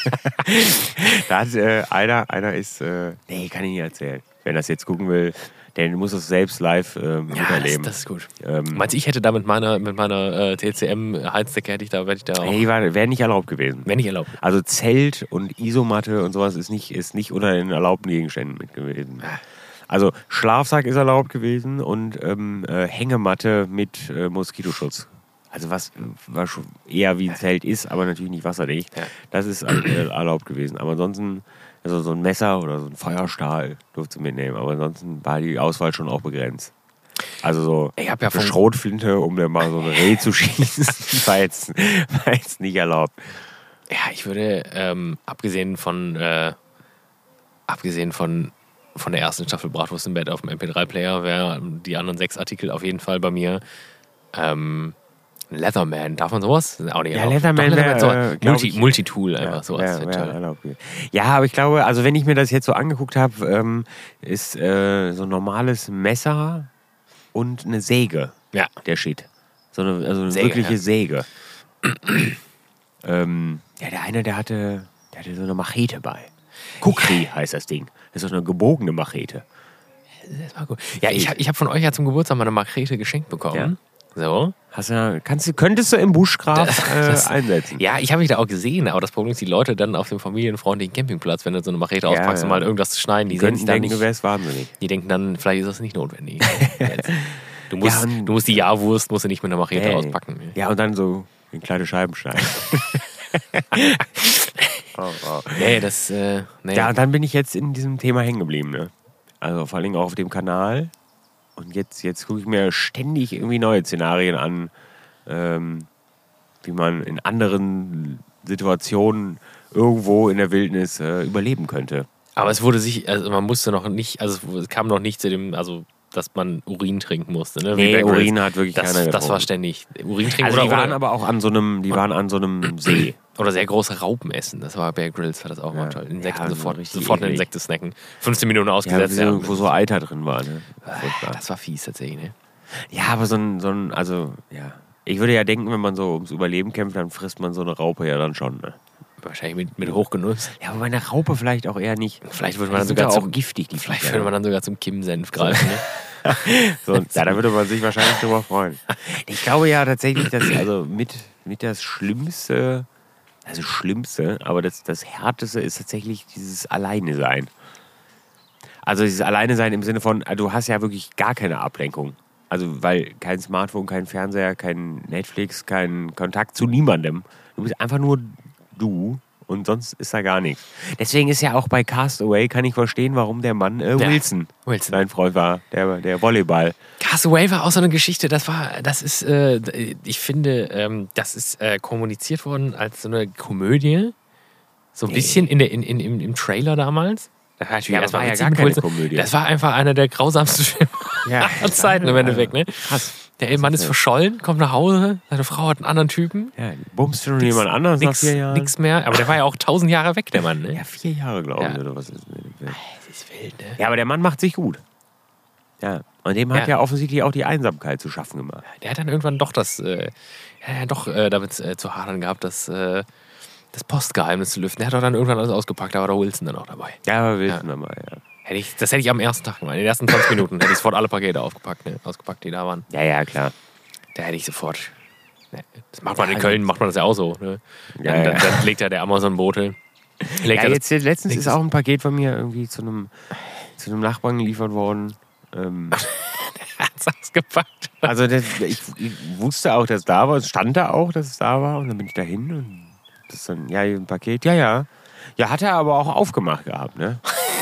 Speaker 2: Da hat äh, einer, einer ist, äh, nee, kann ich nicht erzählen. Wenn das jetzt gucken will, der muss es selbst live äh,
Speaker 1: Ja, das,
Speaker 2: miterleben.
Speaker 1: das ist gut.
Speaker 2: Ähm,
Speaker 1: Meinst du, ich hätte da mit meiner, mit meiner äh, T C M-Heizdecke, hätte ich da, werde ich da auch...
Speaker 2: nee, wäre nicht erlaubt gewesen.
Speaker 1: Wenn nicht erlaubt.
Speaker 2: Also Zelt und Isomatte und sowas ist nicht, ist nicht unter den erlaubten Gegenständen mit gewesen. Also Schlafsack ist erlaubt gewesen und ähm, äh, Hängematte mit äh, Moskitoschutz. Also was, was schon eher wie ein Zelt ist, aber natürlich nicht wasserdicht.
Speaker 1: Ja.
Speaker 2: Das ist äh, erlaubt gewesen. Aber ansonsten, also so ein Messer oder so ein Feuerstahl durfte mitnehmen. Aber ansonsten war die Auswahl schon auch begrenzt. Also so
Speaker 1: Ich hab ja
Speaker 2: eine
Speaker 1: vom-
Speaker 2: Schrotflinte, um dann mal so ein Reh zu schießen, war jetzt, war jetzt nicht erlaubt.
Speaker 1: Ja, ich würde, ähm, abgesehen von, äh, abgesehen von, von der ersten Staffel Bratwurst im Bett auf dem M P drei Player, wäre die anderen sechs Artikel auf jeden Fall bei mir. Ähm, Leatherman, darf man sowas? Auch nicht
Speaker 2: Ja,
Speaker 1: erlaubt.
Speaker 2: Leatherman
Speaker 1: Doch,
Speaker 2: wär,
Speaker 1: so.
Speaker 2: äh, glaub
Speaker 1: Multi,
Speaker 2: ich-
Speaker 1: Multitool, einfach
Speaker 2: Ja,
Speaker 1: sowas.
Speaker 2: wär-
Speaker 1: wär
Speaker 2: wär
Speaker 1: toll.
Speaker 2: erlaubt gewesen. Ja, aber ich glaube, also wenn ich mir das jetzt so angeguckt habe, ähm, ist äh, so ein normales Messer und eine Säge
Speaker 1: Ja.
Speaker 2: der Shit. So eine, also eine
Speaker 1: Säge,
Speaker 2: wirkliche
Speaker 1: ja.
Speaker 2: Säge. ähm, ja, der eine, der hatte, der hatte so eine Machete bei. Kukri heißt das Ding. Das ist so eine gebogene Machete.
Speaker 1: Das war gut. Ja, ich, hab- ich habe von euch ja zum Geburtstag mal eine Machete geschenkt bekommen. So.
Speaker 2: Hast du, kannst du, könntest du im Buschgraf äh,
Speaker 1: Das-
Speaker 2: einsetzen.
Speaker 1: Ja, ich habe mich da auch gesehen, aber das Problem ist, die Leute dann auf dem familienfreundlichen Campingplatz, wenn du so eine Machete auspackst,
Speaker 2: ja.
Speaker 1: um mal irgendwas zu schneiden, die,
Speaker 2: Die
Speaker 1: sehen
Speaker 2: könnten
Speaker 1: sich da
Speaker 2: denken, du
Speaker 1: nicht.
Speaker 2: wärst wahnsinnig.
Speaker 1: Die denken dann, vielleicht ist das nicht notwendig. Jetzt. Du musst,
Speaker 2: Ja, und-
Speaker 1: du musst die Jahrwurst musst du nicht mit einer Machete
Speaker 2: Nee.
Speaker 1: auspacken.
Speaker 2: Ja, und dann so in kleine Scheiben schneiden. oh, oh.
Speaker 1: Nee, das, äh, nee.
Speaker 2: Ja, und dann bin ich jetzt in diesem Thema hängen geblieben. Ne? Also vor allen Dingen auch auf dem Kanal. Und jetzt, jetzt gucke ich mir ständig irgendwie neue Szenarien an, ähm, wie man in anderen Situationen irgendwo in der Wildnis äh, überleben könnte.
Speaker 1: Aber es wurde sich, also man musste noch nicht, also es kam noch nicht zu dem, also dass man Urin trinken musste. Ne? Wie
Speaker 2: Nee,
Speaker 1: Bear Grylls.
Speaker 2: Urin hat wirklich
Speaker 1: das,
Speaker 2: keiner
Speaker 1: Das war
Speaker 2: getrunken.
Speaker 1: ständig. Urin trinken
Speaker 2: Also
Speaker 1: oder,
Speaker 2: die waren
Speaker 1: oder,
Speaker 2: aber auch an so einem, die waren an so einem See.
Speaker 1: oder sehr große Raupen essen. Das war Bear Grylls, war das auch mal toll. Insekten
Speaker 2: Ja,
Speaker 1: sofort,
Speaker 2: richtig
Speaker 1: sofort eine
Speaker 2: eklig.
Speaker 1: Insekte snacken. fünfzehn Minuten
Speaker 2: Ja,
Speaker 1: ausgesetzt.
Speaker 2: wo, wo so Eiter drin war. Ne? Furchtbar.
Speaker 1: Das war fies tatsächlich, ne?
Speaker 2: Ja, aber so ein, so ein, also, ja. Ich würde ja denken, wenn man so ums Überleben kämpft, dann frisst man so eine Raupe ja dann schon. Ne?
Speaker 1: Wahrscheinlich mit, mit Hochgenuss.
Speaker 2: Ja, aber bei einer Raupe vielleicht auch eher nicht.
Speaker 1: Vielleicht würde man dann
Speaker 2: Die sind
Speaker 1: sogar
Speaker 2: ja
Speaker 1: zum,
Speaker 2: auch giftig, die
Speaker 1: Vielleicht
Speaker 2: Viecher.
Speaker 1: würde man dann sogar zum Kim-Senf greifen, ne?
Speaker 2: So, ja, da würde man sich wahrscheinlich drüber freuen. Ich glaube ja tatsächlich, dass also mit, mit das Schlimmste, also Schlimmste, aber das, das Härteste ist tatsächlich dieses Alleine-Sein. Also dieses Alleine-Sein im Sinne von, du hast ja wirklich gar keine Ablenkung. Also weil kein Smartphone, kein Fernseher, kein Netflix, kein Kontakt zu niemandem. Du bist einfach nur du. Und sonst ist da gar nichts. Deswegen ist ja auch bei Castaway, kann ich verstehen, warum der Mann äh, Wilson,
Speaker 1: ja, Wilson
Speaker 2: sein Freund war, der, der Volleyball.
Speaker 1: Castaway war auch so eine Geschichte, das war, das ist, äh, ich finde, ähm, das ist äh, kommuniziert worden als so eine Komödie. So ein nee. bisschen in der, in, in, im, im Trailer damals. Das war,
Speaker 2: ja, das war ja gar keine Komödie.
Speaker 1: Das war einfach einer der grausamsten Filme
Speaker 2: ja,
Speaker 1: aller Zeiten im Endeffekt. Ne?
Speaker 2: Krass.
Speaker 1: Der Mann ist verschollen, kommt nach Hause, seine Frau hat einen anderen Typen.
Speaker 2: Ja, bummst du jemand anderes nach vier Jahren?
Speaker 1: Nix mehr, aber der war ja auch tausend Jahre weg, der Mann. Ne?
Speaker 2: Ja, vier Jahre, glaube ich,
Speaker 1: ja.
Speaker 2: oder was ist
Speaker 1: das? Das ist wild, ne?
Speaker 2: Ja, aber der Mann macht sich gut. Ja, und dem hat ja, ja offensichtlich auch die Einsamkeit zu schaffen gemacht.
Speaker 1: Der hat dann irgendwann doch das, äh, ja, doch äh, damit äh, zu hadern gehabt, dass... Äh, das Postgeheimnis zu lüften. Der hat doch dann irgendwann alles ausgepackt, da war der Wilson dann auch dabei.
Speaker 2: Ja, war Wilson ja. dabei, ja.
Speaker 1: Hätte ich, das hätte ich am ersten Tag gemacht. In den ersten zwanzig Minuten hätte ich sofort alle Pakete aufgepackt, ne? ausgepackt, die da waren.
Speaker 2: Ja, ja, klar.
Speaker 1: Da hätte ich sofort... Ne, das macht man ja, in Köln, macht man das ja auch so. Ne?
Speaker 2: Ja,
Speaker 1: dann,
Speaker 2: ja.
Speaker 1: Dann, dann legt ja der Amazon-Bote.
Speaker 2: Ja, jetzt, jetzt letztens ist auch ein Paket von mir irgendwie zu einem, zu einem Nachbarn geliefert worden. Ähm,
Speaker 1: der hat es ausgepackt.
Speaker 2: Also das, ich, ich wusste auch, dass es da war. Es stand da auch, dass es da war. Und dann bin ich dahin und das ist dann, ja, ein Paket, ja, ja. Ja, hat er aber auch aufgemacht gehabt, ne?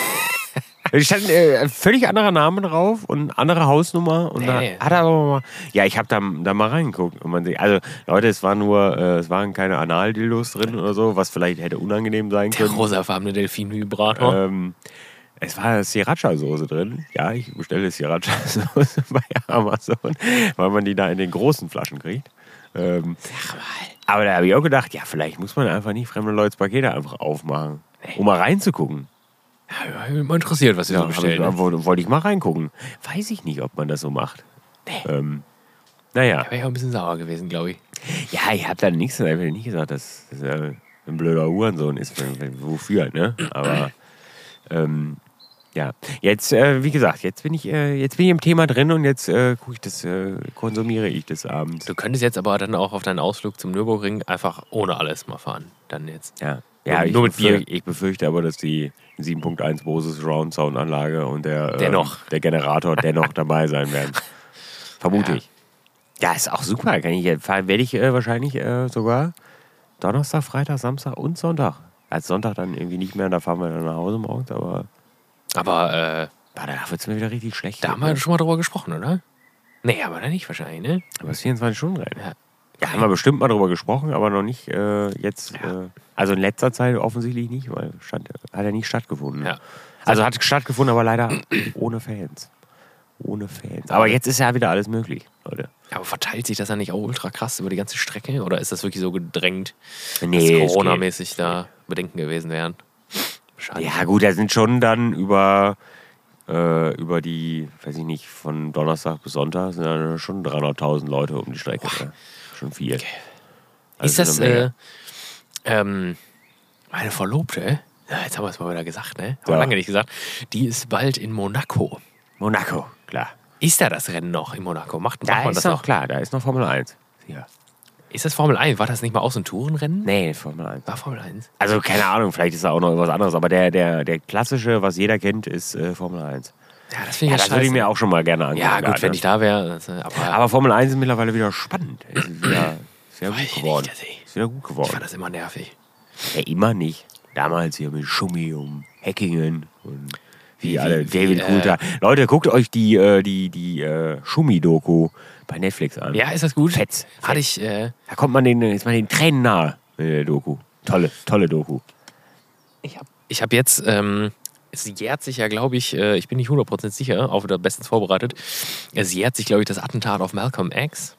Speaker 2: Da stand äh, ein völlig anderer Name drauf und andere Hausnummer. Und nee. da hat er aber mal, ja, ich habe da, da mal reingeguckt. Und man sieht, also, Leute, es war nur, äh, es waren keine Analdildos drin oder so, was vielleicht hätte unangenehm sein können.
Speaker 1: Der rosafarbene Delfin-Vibrator.
Speaker 2: Ähm, es war Sriracha-Soße drin. Ja, ich bestelle Sriracha-Soße bei Amazon, weil man die da in den großen Flaschen kriegt. Ähm,
Speaker 1: Sag mal.
Speaker 2: Aber da habe ich auch gedacht, ja, vielleicht muss man einfach nicht fremde Leute Pakete einfach aufmachen, um mal reinzugucken.
Speaker 1: Ja, ich bin mal interessiert, was sie ja, so bestellen.
Speaker 2: Ich, ne? Wollte ich mal reingucken. Weiß ich nicht, ob man das so macht.
Speaker 1: Nee.
Speaker 2: Ähm, naja.
Speaker 1: Da wäre ich auch ein bisschen sauer gewesen, glaube ich.
Speaker 2: Ja, ich habe da nichts, ich habe nicht gesagt, dass das ja ein blöder Hurensohn ist. Wofür, ne? Aber ähm, ja, jetzt, äh, wie gesagt, jetzt bin ich, äh, jetzt bin ich im Thema drin und jetzt äh, gucke ich das, äh, konsumiere ich das abends.
Speaker 1: Du könntest jetzt aber dann auch auf deinen Ausflug zum Nürburgring einfach ohne alles mal fahren. Dann jetzt.
Speaker 2: Ja, ja
Speaker 1: nur,
Speaker 2: ich,
Speaker 1: nur mit
Speaker 2: befürchte,
Speaker 1: Bier.
Speaker 2: ich befürchte aber, dass die sieben Punkt eins Bose Surround Soundanlage und der,
Speaker 1: dennoch.
Speaker 2: Ähm, der Generator dennoch dabei sein werden. Vermute
Speaker 1: ja.
Speaker 2: ich. Ja, ist auch super. Kann ich fahren, werde ich äh, wahrscheinlich äh, sogar Donnerstag, Freitag, Samstag und Sonntag. Als Sonntag dann irgendwie nicht mehr, da fahren wir dann nach Hause morgens, aber.
Speaker 1: Aber, äh.
Speaker 2: Da wird es mir wieder richtig schlecht.
Speaker 1: Da haben wir schon mal drüber gesprochen, oder? Nee, aber dann nicht wahrscheinlich, ne?
Speaker 2: Aber es ist vierundzwanzig Stunden rein.
Speaker 1: Ja.
Speaker 2: Ja, haben wir bestimmt mal drüber gesprochen, aber noch nicht äh, jetzt.
Speaker 1: Ja.
Speaker 2: Äh, also in letzter Zeit offensichtlich nicht, weil stand, hat ja nicht stattgefunden.
Speaker 1: Ja.
Speaker 2: Also hat stattgefunden, aber leider ohne Fans. Ohne Fans. Aber jetzt ist ja wieder alles möglich, Leute.
Speaker 1: Aber verteilt sich das dann nicht auch ultra krass über die ganze Strecke? Oder ist das wirklich so gedrängt,
Speaker 2: nee,
Speaker 1: dass Corona-mäßig da Bedenken gewesen wären?
Speaker 2: Ja gut, da sind schon dann über, äh, über die, weiß ich nicht, von Donnerstag bis Sonntag sind dann schon dreihunderttausend Leute um die Strecke. Ja. Schon viel.
Speaker 1: Okay.
Speaker 2: Also
Speaker 1: ist das, äh, ähm, meine Verlobte, ja, jetzt haben wir es mal wieder gesagt, ne? Haben wir
Speaker 2: ja.
Speaker 1: lange nicht gesagt, die ist bald in Monaco.
Speaker 2: Monaco, klar.
Speaker 1: Ist da das Rennen noch in Monaco? Macht, macht
Speaker 2: da
Speaker 1: man
Speaker 2: ist
Speaker 1: das
Speaker 2: noch,
Speaker 1: noch?
Speaker 2: Klar, da ist noch Formel eins. Ja.
Speaker 1: Ist das Formel eins? War das nicht mal auch so ein Tourenrennen?
Speaker 2: Nee, Formel eins.
Speaker 1: War Formel eins?
Speaker 2: Also keine Ahnung, vielleicht ist da auch noch was anderes, aber der, der, der klassische, was jeder kennt, ist äh, Formel eins.
Speaker 1: Ja, das finde ich
Speaker 2: ja, das würde ich mir auch schon mal gerne angucken.
Speaker 1: Ja, gut,
Speaker 2: grad,
Speaker 1: wenn
Speaker 2: ne?
Speaker 1: ich da wäre. Aber,
Speaker 2: aber Formel eins ist mittlerweile wieder spannend. Es ist wieder sehr gut
Speaker 1: ich
Speaker 2: geworden.
Speaker 1: nicht,
Speaker 2: ist wieder gut geworden.
Speaker 1: Ich fand das immer nervig.
Speaker 2: Ja, immer nicht. Damals hier mit Schummi um Hackingen und wie,
Speaker 1: Wie-
Speaker 2: alle,
Speaker 1: wie-
Speaker 2: David
Speaker 1: äh,
Speaker 2: Coulter. Leute, guckt euch die, äh, die, die äh, Schummi-Doku bei Netflix an.
Speaker 1: Ja, ist das gut?
Speaker 2: Fetz.
Speaker 1: Hatte ich, äh,
Speaker 2: Da kommt man den, ist man den Tränen nahe in der Doku. Tolle, tolle Doku.
Speaker 1: ich habe ich hab jetzt, ähm, es jährt sich ja, glaube ich, äh, ich bin nicht hundert Prozent sicher, auch wieder bestens vorbereitet, es jährt sich, glaube ich, das Attentat auf Malcolm X.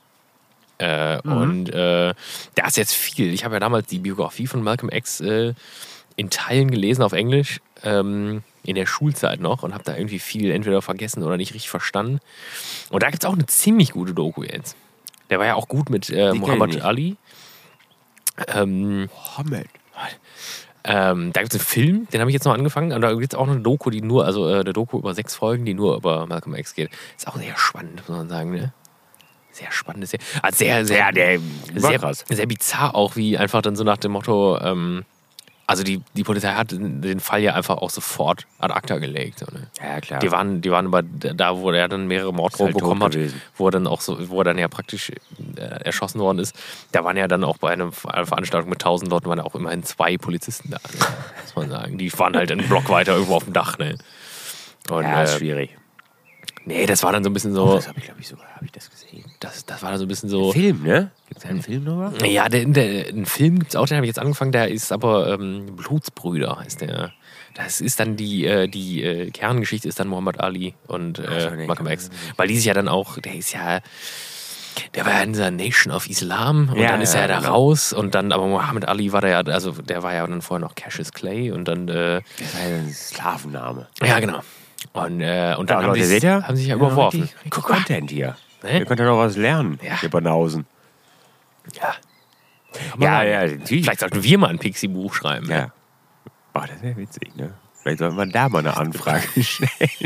Speaker 1: Äh,
Speaker 2: Mhm.
Speaker 1: Und äh, da ist jetzt viel. Ich habe ja damals die Biografie von Malcolm X äh, in Teilen gelesen auf Englisch, ähm, in der Schulzeit noch, und habe da irgendwie viel entweder vergessen oder nicht richtig verstanden. Und da gibt es auch eine ziemlich gute Doku jetzt. Der war ja auch gut mit äh,
Speaker 2: Die kenn ich
Speaker 1: Muhammad
Speaker 2: nicht.
Speaker 1: Ali. Ähm,
Speaker 2: Mohammed.
Speaker 1: Ähm, da gibt es einen Film, den habe ich jetzt noch angefangen. Und da gibt es auch noch eine Doku, die nur, also äh, eine Doku über sechs Folgen, die nur über Malcolm X geht. Ist auch sehr spannend, muss man sagen, ne? Sehr spannend. Sehr, also sehr, sehr,
Speaker 2: Ja, der
Speaker 1: sehr,
Speaker 2: krass.
Speaker 1: sehr bizarr auch, wie einfach dann so nach dem Motto, ähm, also die, die Polizei hat den Fall ja einfach auch sofort ad acta gelegt. So, ne?
Speaker 2: Ja, klar.
Speaker 1: Die waren, die waren aber da, wo er dann mehrere Morddrohungen
Speaker 2: halt
Speaker 1: bekommen hat,
Speaker 2: gewesen.
Speaker 1: wo er dann auch so, wo er dann ja praktisch äh, erschossen worden ist. Da waren ja dann auch bei einer Veranstaltung mit tausend Leuten waren ja auch immerhin zwei Polizisten da, ne? Muss man sagen. Die waren halt einen Block weiter irgendwo auf dem Dach. Ne? Und,
Speaker 2: ja, ist
Speaker 1: äh,
Speaker 2: schwierig.
Speaker 1: Nee, das war dann so ein bisschen so.
Speaker 2: Oh, das habe ich, glaube ich, sogar habe ich das gesehen.
Speaker 1: Das, das war dann so ein bisschen so.
Speaker 2: Film, ne? Gibt es einen Film noch?
Speaker 1: Ja, der, der, einen Film gibt es auch, den habe ich jetzt angefangen, der ist aber ähm, Blutsbrüder heißt der. Das ist dann die, äh, die äh, Kerngeschichte ist dann Muhammad Ali und äh,
Speaker 2: Ach so, nee,
Speaker 1: Malcolm
Speaker 2: kann
Speaker 1: X.
Speaker 2: man nicht.
Speaker 1: Weil die sich ja dann auch, der ist ja, der war ja in dieser Nation of Islam und
Speaker 2: Ja,
Speaker 1: dann ist
Speaker 2: ja,
Speaker 1: er da
Speaker 2: genau.
Speaker 1: raus und dann, aber Muhammad Ali war da ja, also der war ja dann vorher noch Cassius Clay und dann, äh,
Speaker 2: Das war ja ein Sklavenname.
Speaker 1: ja genau. Und, äh, und dann
Speaker 2: Ja,
Speaker 1: haben,
Speaker 2: Leute,
Speaker 1: die,
Speaker 2: seht ihr?
Speaker 1: haben sich ja
Speaker 2: Ja,
Speaker 1: überworfen.
Speaker 2: richtig, richtig
Speaker 1: Guck mal.
Speaker 2: Content hier.
Speaker 1: Ne?
Speaker 2: Ihr könnt ja noch was lernen,
Speaker 1: Ja.
Speaker 2: ihr Banausen.
Speaker 1: Ja.
Speaker 2: Ja, ja, natürlich.
Speaker 1: Vielleicht sollten wir mal ein Pixie-Buch schreiben. ne?
Speaker 2: Ja. Oh, das wäre witzig, ne? Vielleicht sollten wir da mal eine Anfrage stellen.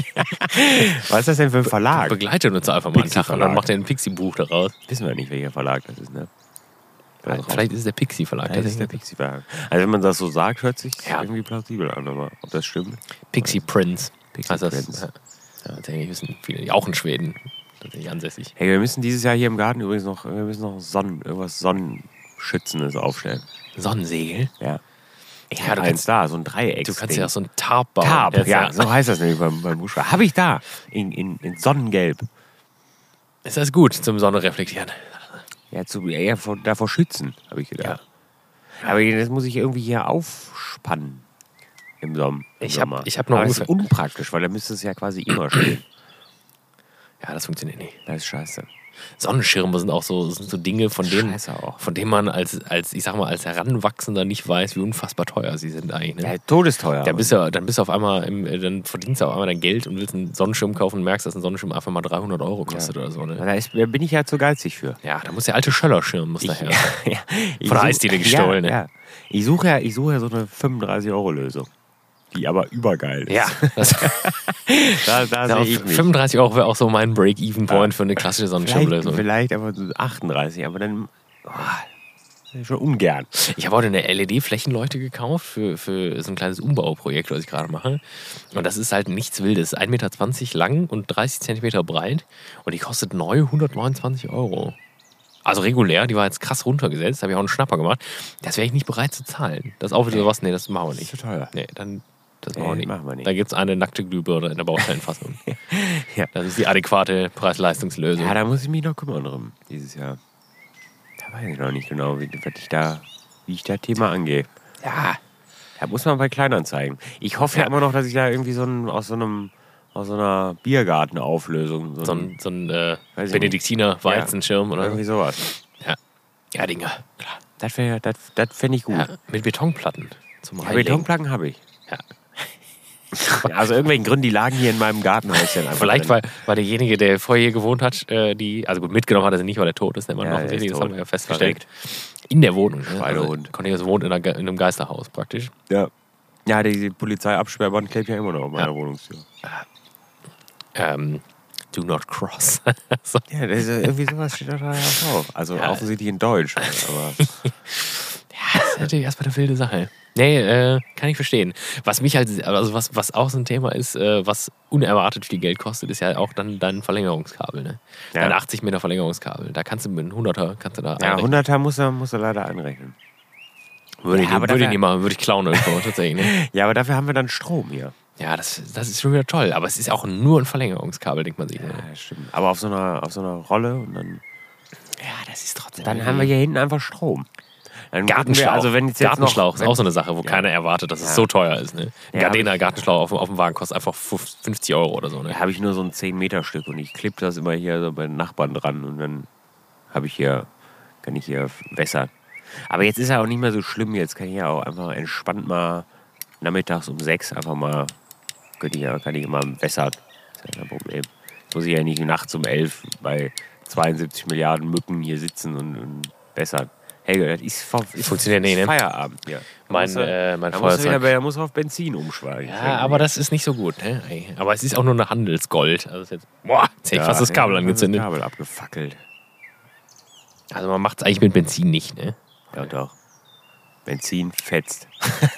Speaker 2: Was ist das denn für ein Verlag?
Speaker 1: Begleitet uns einfach mal einen Tag und dann
Speaker 2: Pixie-Verlag.
Speaker 1: macht er ein Pixie-Buch daraus.
Speaker 2: Wissen wir nicht, welcher Verlag das ist, ne?
Speaker 1: Vielleicht ist es der Pixie-Verlag.
Speaker 2: Vielleicht ist der Pixie-Verlag. Also wenn man das so sagt, hört sich
Speaker 1: Ja.
Speaker 2: irgendwie plausibel an, aber ob das stimmt?
Speaker 1: Pixie Prince.
Speaker 2: Pixie
Speaker 1: also das,
Speaker 2: Prince.
Speaker 1: Ja, ja, denke ich, wissen viele, auch in Schweden tatsächlich ansässig.
Speaker 2: Hey, wir müssen dieses Jahr hier im Garten übrigens noch, wir müssen noch Sonnen, irgendwas Sonnenschützendes aufstellen.
Speaker 1: Sonnensegel?
Speaker 2: Ja. Ich
Speaker 1: Ja,
Speaker 2: habe
Speaker 1: du
Speaker 2: eins
Speaker 1: kannst-
Speaker 2: da, so ein Dreieck.
Speaker 1: Du kannst ja auch so ein Tarp bauen.
Speaker 2: Tarp,
Speaker 1: Jetzt,
Speaker 2: ja, so heißt das nämlich beim, beim Buchstaben. Habe ich da, in, in, in Sonnengelb.
Speaker 1: Ist das gut zum Sonne reflektieren?
Speaker 2: Ja, zu, eher vor, davor schützen, habe ich gedacht. Aber das muss ich irgendwie hier aufspannen im Sommer. Im
Speaker 1: Ich hab-
Speaker 2: Sommer.
Speaker 1: ich hab noch
Speaker 2: Aber das ist
Speaker 1: ungefähr-
Speaker 2: unpraktisch, weil dann müsste es ja quasi immer stehen.
Speaker 1: Ja, das funktioniert nicht.
Speaker 2: Das ist scheiße.
Speaker 1: Sonnenschirme sind auch so, sind so Dinge, von denen,
Speaker 2: Scheiße auch.
Speaker 1: von denen man als, als, ich sag mal, als Heranwachsender nicht weiß, wie unfassbar teuer sie sind eigentlich. Ne?
Speaker 2: Ja, todesteuer.
Speaker 1: Dann bist, du, dann bist du auf einmal, im, äh, dann verdienst du auf einmal dein Geld und willst einen Sonnenschirm kaufen und merkst, dass ein Sonnenschirm einfach mal dreihundert Euro kostet oder so. Ne?
Speaker 2: Da, ist, da bin ich ja zu geizig für.
Speaker 1: Ja, da muss der alte Schöllerschirm muss daher.
Speaker 2: ja, ich
Speaker 1: Von der
Speaker 2: such-
Speaker 1: Eisdiele gestohlen,
Speaker 2: Ja,
Speaker 1: ne?
Speaker 2: ja. Ich suche ja, ich suche ja so eine fünfunddreißig-Euro-Lösung. Die aber übergeil ist.
Speaker 1: Ja, das,
Speaker 2: Da, da
Speaker 1: ja,
Speaker 2: sehe ich mich.
Speaker 1: fünfunddreißig Euro wäre auch so mein Break-Even-Point für eine klassische
Speaker 2: Vielleicht,
Speaker 1: Sonnenschirmlösung.
Speaker 2: vielleicht aber so achtunddreißig, aber dann oh, schon ungern.
Speaker 1: Ich habe heute eine L E D-Flächenleuchte gekauft für, für so ein kleines Umbauprojekt, was ich gerade mache. Und das ist halt nichts Wildes. ein Meter zwanzig lang und dreißig Zentimeter breit. Und die kostet neu hundertneunundzwanzig Euro. Also regulär, die war jetzt krass runtergesetzt, habe ich auch einen Schnapper gemacht. Das wäre ich nicht bereit zu zahlen. Das ist auch wieder sowas, nee, das machen wir nicht.
Speaker 2: Zu teuer.
Speaker 1: Nee, dann, das
Speaker 2: Nee,
Speaker 1: machen wir nicht.
Speaker 2: machen wir nicht.
Speaker 1: Da gibt es eine nackte Glühbirne in der Baustellenfassung.
Speaker 2: Ja.
Speaker 1: Das ist die adäquate Preis-Leistungslösung.
Speaker 2: Ja, da muss ich mich noch kümmern drum, dieses Jahr. Da weiß ich noch nicht genau, wie, was ich da, wie ich das Thema angehe.
Speaker 1: Ja,
Speaker 2: Da muss man bei Kleinanzeigen. Ich hoffe ja,
Speaker 1: Ja.
Speaker 2: immer noch, dass ich da irgendwie so ein, aus so einem aus so einer Biergartenauflösung, so,
Speaker 1: so
Speaker 2: ein,
Speaker 1: ein, so ein äh,
Speaker 2: Weiß ich
Speaker 1: Benediktiner Weizenschirm oder
Speaker 2: irgendwie
Speaker 1: so.
Speaker 2: sowas.
Speaker 1: Ja. Ja, Dinger. Klar.
Speaker 2: Das wäre, das, das fände ich gut.
Speaker 1: Ja, mit Betonplatten zum
Speaker 2: Ja,
Speaker 1: Reinlegen.
Speaker 2: Betonplatten habe ich.
Speaker 1: Ja.
Speaker 2: Ja, aus irgendwelchen Gründen, die lagen hier in meinem Gartenhäuschen einfach
Speaker 1: Vielleicht
Speaker 2: drin.
Speaker 1: weil, weil derjenige, der vorher hier gewohnt hat, äh, die, also gut, mitgenommen hat er sie nicht, weil er tot ist, der Mann
Speaker 2: Ja, der
Speaker 1: offensichtlich,
Speaker 2: ist
Speaker 1: das
Speaker 2: tot.
Speaker 1: haben wir ja festgestellt.
Speaker 2: Verreckt.
Speaker 1: In der Wohnung. Ne?
Speaker 2: Schweinehund.
Speaker 1: Also, Cornelius wohnt in, einer, Ge- in einem Geisterhaus praktisch.
Speaker 2: Ja. Ja, die Polizeiabsperrband klebt ja immer noch auf meiner
Speaker 1: Ja.
Speaker 2: Wohnungstür.
Speaker 1: Ähm, do not cross. so.
Speaker 2: Ja, das ist ja irgendwie sowas steht da drauf. Also
Speaker 1: Ja.
Speaker 2: offensichtlich in Deutsch. Aber
Speaker 1: Das ist natürlich erstmal eine wilde Sache. Nee, äh, kann ich verstehen. Was mich halt, also was, was auch so ein Thema ist, äh, was unerwartet viel Geld kostet, ist ja auch dann dein Verlängerungskabel, ne?
Speaker 2: Ja.
Speaker 1: Dein achtzig Meter Verlängerungskabel. Da kannst du mit einem Hunderter, kannst du da
Speaker 2: ja,
Speaker 1: einrechnen.
Speaker 2: hunderter muss er, muss er leider anrechnen.
Speaker 1: Würde ich,
Speaker 2: Ja, aber
Speaker 1: würde ich
Speaker 2: dafür-
Speaker 1: nicht machen, würde ich klauen irgendwo, tatsächlich, ne?
Speaker 2: Ja, aber dafür haben wir dann Strom hier.
Speaker 1: Ja, das, das ist schon wieder toll. Aber es ist auch nur ein Verlängerungskabel, denkt man sich. Ne?
Speaker 2: Ja, stimmt. Aber auf so einer, auf so einer Rolle und dann,
Speaker 1: Ja, das ist trotzdem.
Speaker 2: dann haben wir hier hinten einfach Strom. Dann
Speaker 1: Gartenschlauch.
Speaker 2: Wir, also wenn jetzt jetzt
Speaker 1: Gartenschlauch
Speaker 2: noch,
Speaker 1: ist
Speaker 2: wenn,
Speaker 1: auch so eine Sache, wo
Speaker 2: Ja.
Speaker 1: keiner erwartet, dass es
Speaker 2: Ja.
Speaker 1: so teuer ist. Ne? Ein
Speaker 2: Ja,
Speaker 1: Gardena
Speaker 2: hab ich-
Speaker 1: Gartenschlauch auf, auf dem Wagen kostet einfach fünfzig Euro oder so. Ne?
Speaker 2: Da habe ich nur so ein zehn Meter Stück und ich klippe das immer hier so bei den Nachbarn dran und dann habe ich hier, kann ich hier wässern. Aber jetzt ist ja auch nicht mehr so schlimm, jetzt kann ich ja auch einfach entspannt mal nachmittags um sechs einfach mal, könnte ich ja, kann ich immer wässern. Das ist ja kein Problem. Jetzt muss ich ja nicht nachts um elf bei zweiundsiebzig Milliarden Mücken hier sitzen und, und wässern. Helge, das ist, ver- ist
Speaker 1: Funktioniert nicht, ne?
Speaker 2: Feierabend hier.
Speaker 1: Mein,
Speaker 2: Da muss er-
Speaker 1: äh, mein
Speaker 2: da muss er wieder,
Speaker 1: Feuerzeug.
Speaker 2: bei- da muss er auf Benzin umschlagen.
Speaker 1: Ja, aber das ist nicht so gut. Ne? Ey, aber es ist auch nur eine Handelsgold. Also ist jetzt, boah, jetzt hätte ich fast das Kabel
Speaker 2: ja,
Speaker 1: angezündet.
Speaker 2: Das Kabel abgefackelt.
Speaker 1: Also man macht es eigentlich mit Benzin nicht, ne?
Speaker 2: Ja, doch. Benzin fetzt.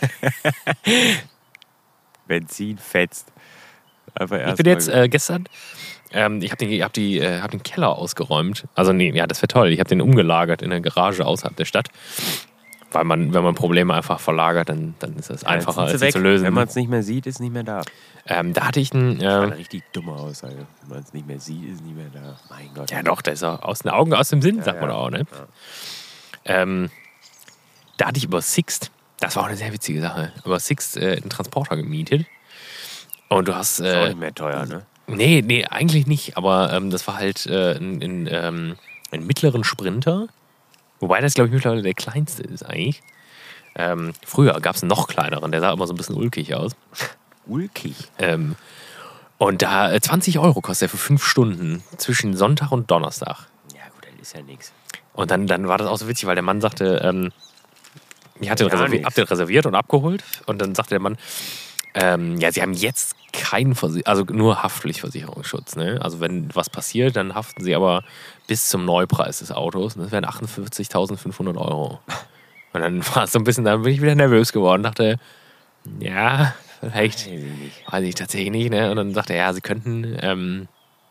Speaker 2: Benzin fetzt. Einfach
Speaker 1: Ich
Speaker 2: erst
Speaker 1: bin
Speaker 2: mal-
Speaker 1: jetzt äh, gestern, ähm, ich habe den, hab die, äh, hab den Keller ausgeräumt. Also nee, ja, das wäre toll. Ich habe den umgelagert in der Garage außerhalb der Stadt. Weil man, wenn man Probleme einfach verlagert, dann, dann ist das
Speaker 2: Ja,
Speaker 1: einfacher,
Speaker 2: jetzt
Speaker 1: als
Speaker 2: sind sie
Speaker 1: sie zu
Speaker 2: weg.
Speaker 1: lösen.
Speaker 2: Wenn man es nicht mehr sieht, ist es nicht mehr da.
Speaker 1: ähm, da hatte ich einen,
Speaker 2: Das war
Speaker 1: äh,
Speaker 2: eine richtig dumme Aussage. Wenn man es nicht mehr sieht, ist es nicht mehr da. Mein Gott.
Speaker 1: ja doch, der ist auch aus den Augen, aus dem Sinn, sagt man
Speaker 2: ja.
Speaker 1: auch, ne? Ähm, da hatte ich über Sixt, das war auch eine sehr witzige Sache, über Sixt äh, einen Transporter gemietet. Und du hast...
Speaker 2: Ist auch
Speaker 1: Äh,
Speaker 2: nicht mehr teuer, ne?
Speaker 1: nee, nee, eigentlich nicht, aber ähm, das war halt äh, ein, ein, ähm, ein mittleren Sprinter. Wobei das, glaube ich, mittlerweile der kleinste ist eigentlich. Ähm, früher gab es einen noch kleineren, der sah immer so ein bisschen ulkig aus.
Speaker 2: Ulkig.
Speaker 1: Ähm, und da äh, zwanzig Euro kostet er für fünf Stunden zwischen Sonntag und Donnerstag.
Speaker 2: Ja, gut, das ist ja nichts.
Speaker 1: Und dann, dann war das auch so witzig, weil der Mann sagte, ähm, ich hatte den,
Speaker 2: Gar
Speaker 1: reservi
Speaker 2: nichts.
Speaker 1: hab den reserviert und abgeholt. Und dann sagte der Mann, ähm, ja, sie haben jetzt keinen, Versi also nur Haftpflichtversicherungsschutz. Ne? Also wenn was passiert, dann haften sie aber bis zum Neupreis des Autos. Und das wären achtundfünfzigtausendfünfhundert Euro. Und dann war es so ein bisschen, dann bin ich wieder nervös geworden. Dachte, ja, vielleicht,
Speaker 2: Weiß ich nicht.
Speaker 1: weiß ich tatsächlich nicht. Ne? Und dann sagte er, ja, sie könnten, ähm,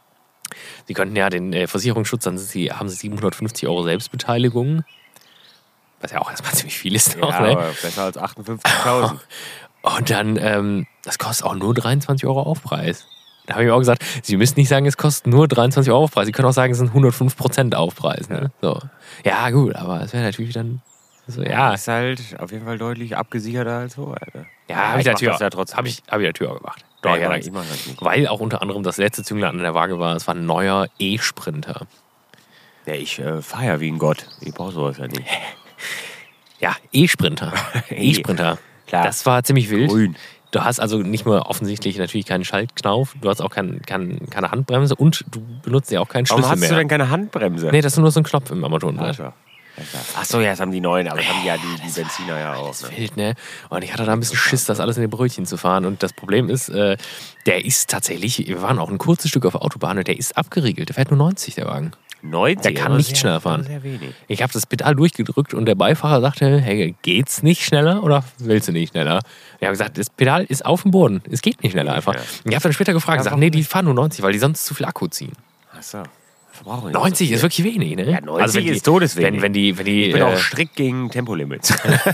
Speaker 1: sie könnten ja den äh, Versicherungsschutz, dann sind sie, haben sie siebenhundertfünfzig Euro Selbstbeteiligung. Was ja auch erstmal ziemlich viel ist.
Speaker 2: Ja,
Speaker 1: Auch, ne?
Speaker 2: aber besser als achtundfünfzigtausend.
Speaker 1: Und dann, ähm, das kostet auch nur dreiundzwanzig Euro Aufpreis. Da habe ich mir auch gesagt, Sie müssen nicht sagen, es kostet nur dreiundzwanzig Euro Aufpreis. Sie können auch sagen, es sind hundertfünf Prozent Aufpreis. Ne? So. Ja, gut, aber es wäre natürlich dann so, ja.
Speaker 2: Ist halt auf jeden Fall deutlich abgesicherter als vorher. Ne?
Speaker 1: Ja, habe ich,
Speaker 2: mach
Speaker 1: der Tür,
Speaker 2: das ja trotzdem.
Speaker 1: hab ich, hab ich der Tür gemacht.
Speaker 2: Doch,
Speaker 1: Ja,
Speaker 2: ja,
Speaker 1: ja,
Speaker 2: ich mach das nicht.
Speaker 1: weil auch unter anderem das letzte Zünglein an der Waage war, es war ein neuer E-Sprinter.
Speaker 2: Ja, ich äh, fahre ja wie ein Gott. Ich brauche sowas ja nicht.
Speaker 1: Ja, E-Sprinter. E-Sprinter.
Speaker 2: Klar.
Speaker 1: Das war ziemlich wild.
Speaker 2: Grün.
Speaker 1: Du hast also nicht nur offensichtlich natürlich keinen Schaltknauf, du hast auch kein, kein, keine Handbremse und du benutzt ja auch keinen Schlüssel
Speaker 2: Warum hast
Speaker 1: mehr.
Speaker 2: du denn keine Handbremse?
Speaker 1: Nee, das ist nur so ein Knopf im Armaturenbrett.
Speaker 2: Alter. Ach so, ja, das haben die neuen, aber das haben die ja die, die Benziner ja auch. Ne?
Speaker 1: Wild, ne? Und ich hatte da ein bisschen Schiss, das alles in den Brötchen zu fahren. Und das Problem ist, äh, der ist tatsächlich, wir waren auch ein kurzes Stück auf der Autobahn und der ist abgeriegelt. Der fährt nur neunzig, der Wagen.
Speaker 2: neunzig?
Speaker 1: Der kann
Speaker 2: aber
Speaker 1: nicht
Speaker 2: sehr,
Speaker 1: schneller fahren.
Speaker 2: Sehr wenig.
Speaker 1: Ich habe das Pedal durchgedrückt und der Beifahrer sagte, hey, geht's nicht schneller oder willst du nicht schneller? Ich habe gesagt, das Pedal ist auf dem Boden. Es geht nicht schneller einfach.
Speaker 2: Ja.
Speaker 1: Und ich habe dann später gefragt,
Speaker 2: Ja,
Speaker 1: gesagt,
Speaker 2: warum
Speaker 1: nee, die
Speaker 2: nicht?
Speaker 1: fahren nur neunzig, weil die sonst zu viel Akku ziehen.
Speaker 2: Ach so. Verbrauchen
Speaker 1: neunzig ist wirklich wenig, ne?
Speaker 2: Ja, neunzig
Speaker 1: wenn
Speaker 2: ist
Speaker 1: die,
Speaker 2: todeswenig.
Speaker 1: Wenn, wenn die, wenn die,
Speaker 2: Ich bin
Speaker 1: äh,
Speaker 2: auch strikt gegen Tempolimits.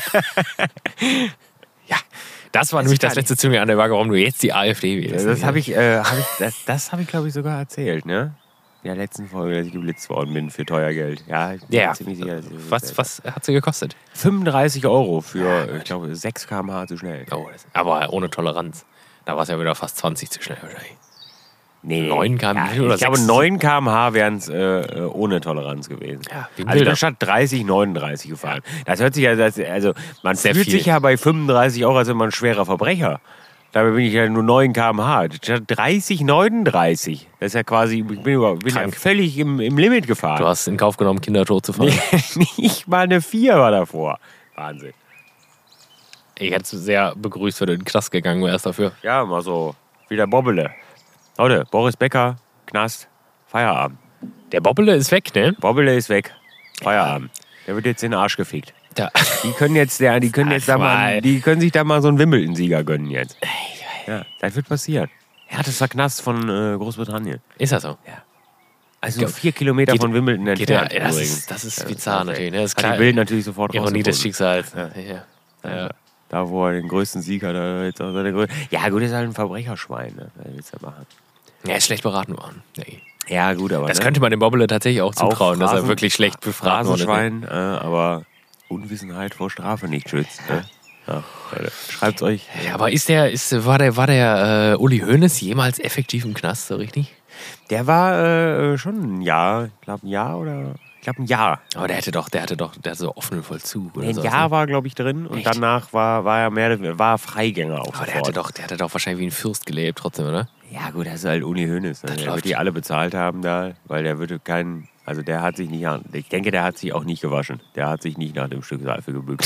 Speaker 1: ja, das war nämlich das letzte Zünglein an der Waage, warum du jetzt die AfD wählst.
Speaker 2: Das habe ich, äh, hab ich, das, das habe ich glaube ich sogar erzählt, ne? In der letzten Folge, dass ich geblitzt worden bin für teuer Geld. Ja, ich bin
Speaker 1: Ja,
Speaker 2: ziemlich sicher. dass ich-
Speaker 1: was, was hat sie gekostet?
Speaker 2: fünfunddreißig Euro für, ich glaube, sechs Kilometer pro Stunde zu schnell.
Speaker 1: Oh, das, aber ohne Toleranz. Da war es ja wieder fast zwanzig zu schnell wahrscheinlich.
Speaker 2: Nee,
Speaker 1: neun Kilometer pro Stunde
Speaker 2: ja,
Speaker 1: oder
Speaker 2: ich glaube,
Speaker 1: sechs?
Speaker 2: neun Kilometer pro Stunde wären es äh, äh, ohne Toleranz gewesen.
Speaker 1: Ja, wie ein
Speaker 2: also ich
Speaker 1: Bilder.
Speaker 2: bin statt dreißig, neununddreißig gefahren. Das hört sich ja, das, also man
Speaker 1: Sehr
Speaker 2: fühlt
Speaker 1: viel.
Speaker 2: sich ja bei fünfunddreißig Euro, als wenn man ein schwerer Verbrecher. Dabei bin ich ja nur neun Kilometer pro Stunde. Statt dreißig, neununddreißig. Das ist ja quasi, ich bin, über, bin ja
Speaker 1: Krank.
Speaker 2: völlig im, im Limit
Speaker 1: Du
Speaker 2: gefahren.
Speaker 1: hast in Kauf genommen, Kinder tot zu fahren.
Speaker 2: Nicht mal eine vier war davor. Wahnsinn.
Speaker 1: Ich hätte es sehr begrüßt, wenn du in den Knast gegangen wärst dafür.
Speaker 2: Ja, mal so wie der Bobbele. Leute, Boris Becker, Knast, Feierabend.
Speaker 1: Der Bobbele ist weg, ne?
Speaker 2: Bobbele ist weg. Feierabend. Der wird jetzt in den Arsch gefickt.
Speaker 1: Da.
Speaker 2: Die können jetzt, der, die können jetzt da mal, die können sich da mal so einen Wimbledon-Sieger gönnen jetzt. Ja, das wird passieren. Härtester Knast von äh, Großbritannien.
Speaker 1: Ist das so?
Speaker 2: Ja. Also nur vier Kilometer
Speaker 1: geht-
Speaker 2: von Wimbledon
Speaker 1: Geht der,
Speaker 2: entfernt.
Speaker 1: das,
Speaker 2: übrigens.
Speaker 1: ist, das ist
Speaker 2: Ja,
Speaker 1: bizarr
Speaker 2: das
Speaker 1: natürlich. Ne? Das ist
Speaker 2: Hat
Speaker 1: klar.
Speaker 2: die Bild natürlich sofort
Speaker 1: Ironie des
Speaker 2: rausgefunden.
Speaker 1: Schicksals. Ja. Ja. Ja.
Speaker 2: Da, wo er den größten Sieg hat, er jetzt auch seine Grö- Ja, gut, ist halt ein Verbrecherschwein. Ne? Was willst du machen?
Speaker 1: Er ist schlecht beraten worden. Nee.
Speaker 2: Ja, gut, aber.
Speaker 1: Das
Speaker 2: ne?
Speaker 1: könnte man dem Bobbele tatsächlich auch zutrauen, dass er
Speaker 2: Phrasen-
Speaker 1: wirklich schlecht befragt worden ist.
Speaker 2: Phrasenschwein, äh, aber Unwissenheit vor Strafe nicht schützt. Ne? Ja, Leute, schreibt's euch.
Speaker 1: Ja, aber ist der, ist, war der, war der äh, Uli Hoeneß jemals effektiv im Knast, so richtig?
Speaker 2: Der war äh, schon ein Jahr, ich glaube ein Jahr oder. Ich glaube ein Jahr.
Speaker 1: Aber der hatte doch, der hatte doch, der hatte so offenen Vollzug oder
Speaker 2: Ein
Speaker 1: so.
Speaker 2: Jahr war, glaube ich, drin und
Speaker 1: Echt?
Speaker 2: danach war, war er mehr war er Freigänger auch
Speaker 1: Aber der
Speaker 2: sofort.
Speaker 1: hatte doch, der hatte doch wahrscheinlich wie ein Fürst gelebt trotzdem, oder?
Speaker 2: Ja gut, das ist halt Uli Hoeneß. Ne?
Speaker 1: Das
Speaker 2: Der
Speaker 1: läuft.
Speaker 2: wird die alle bezahlt haben da, weil der würde keinen, also der hat sich nicht an, ich denke, der hat sich auch nicht gewaschen. Der hat sich nicht nach dem Stück Seife gebückt.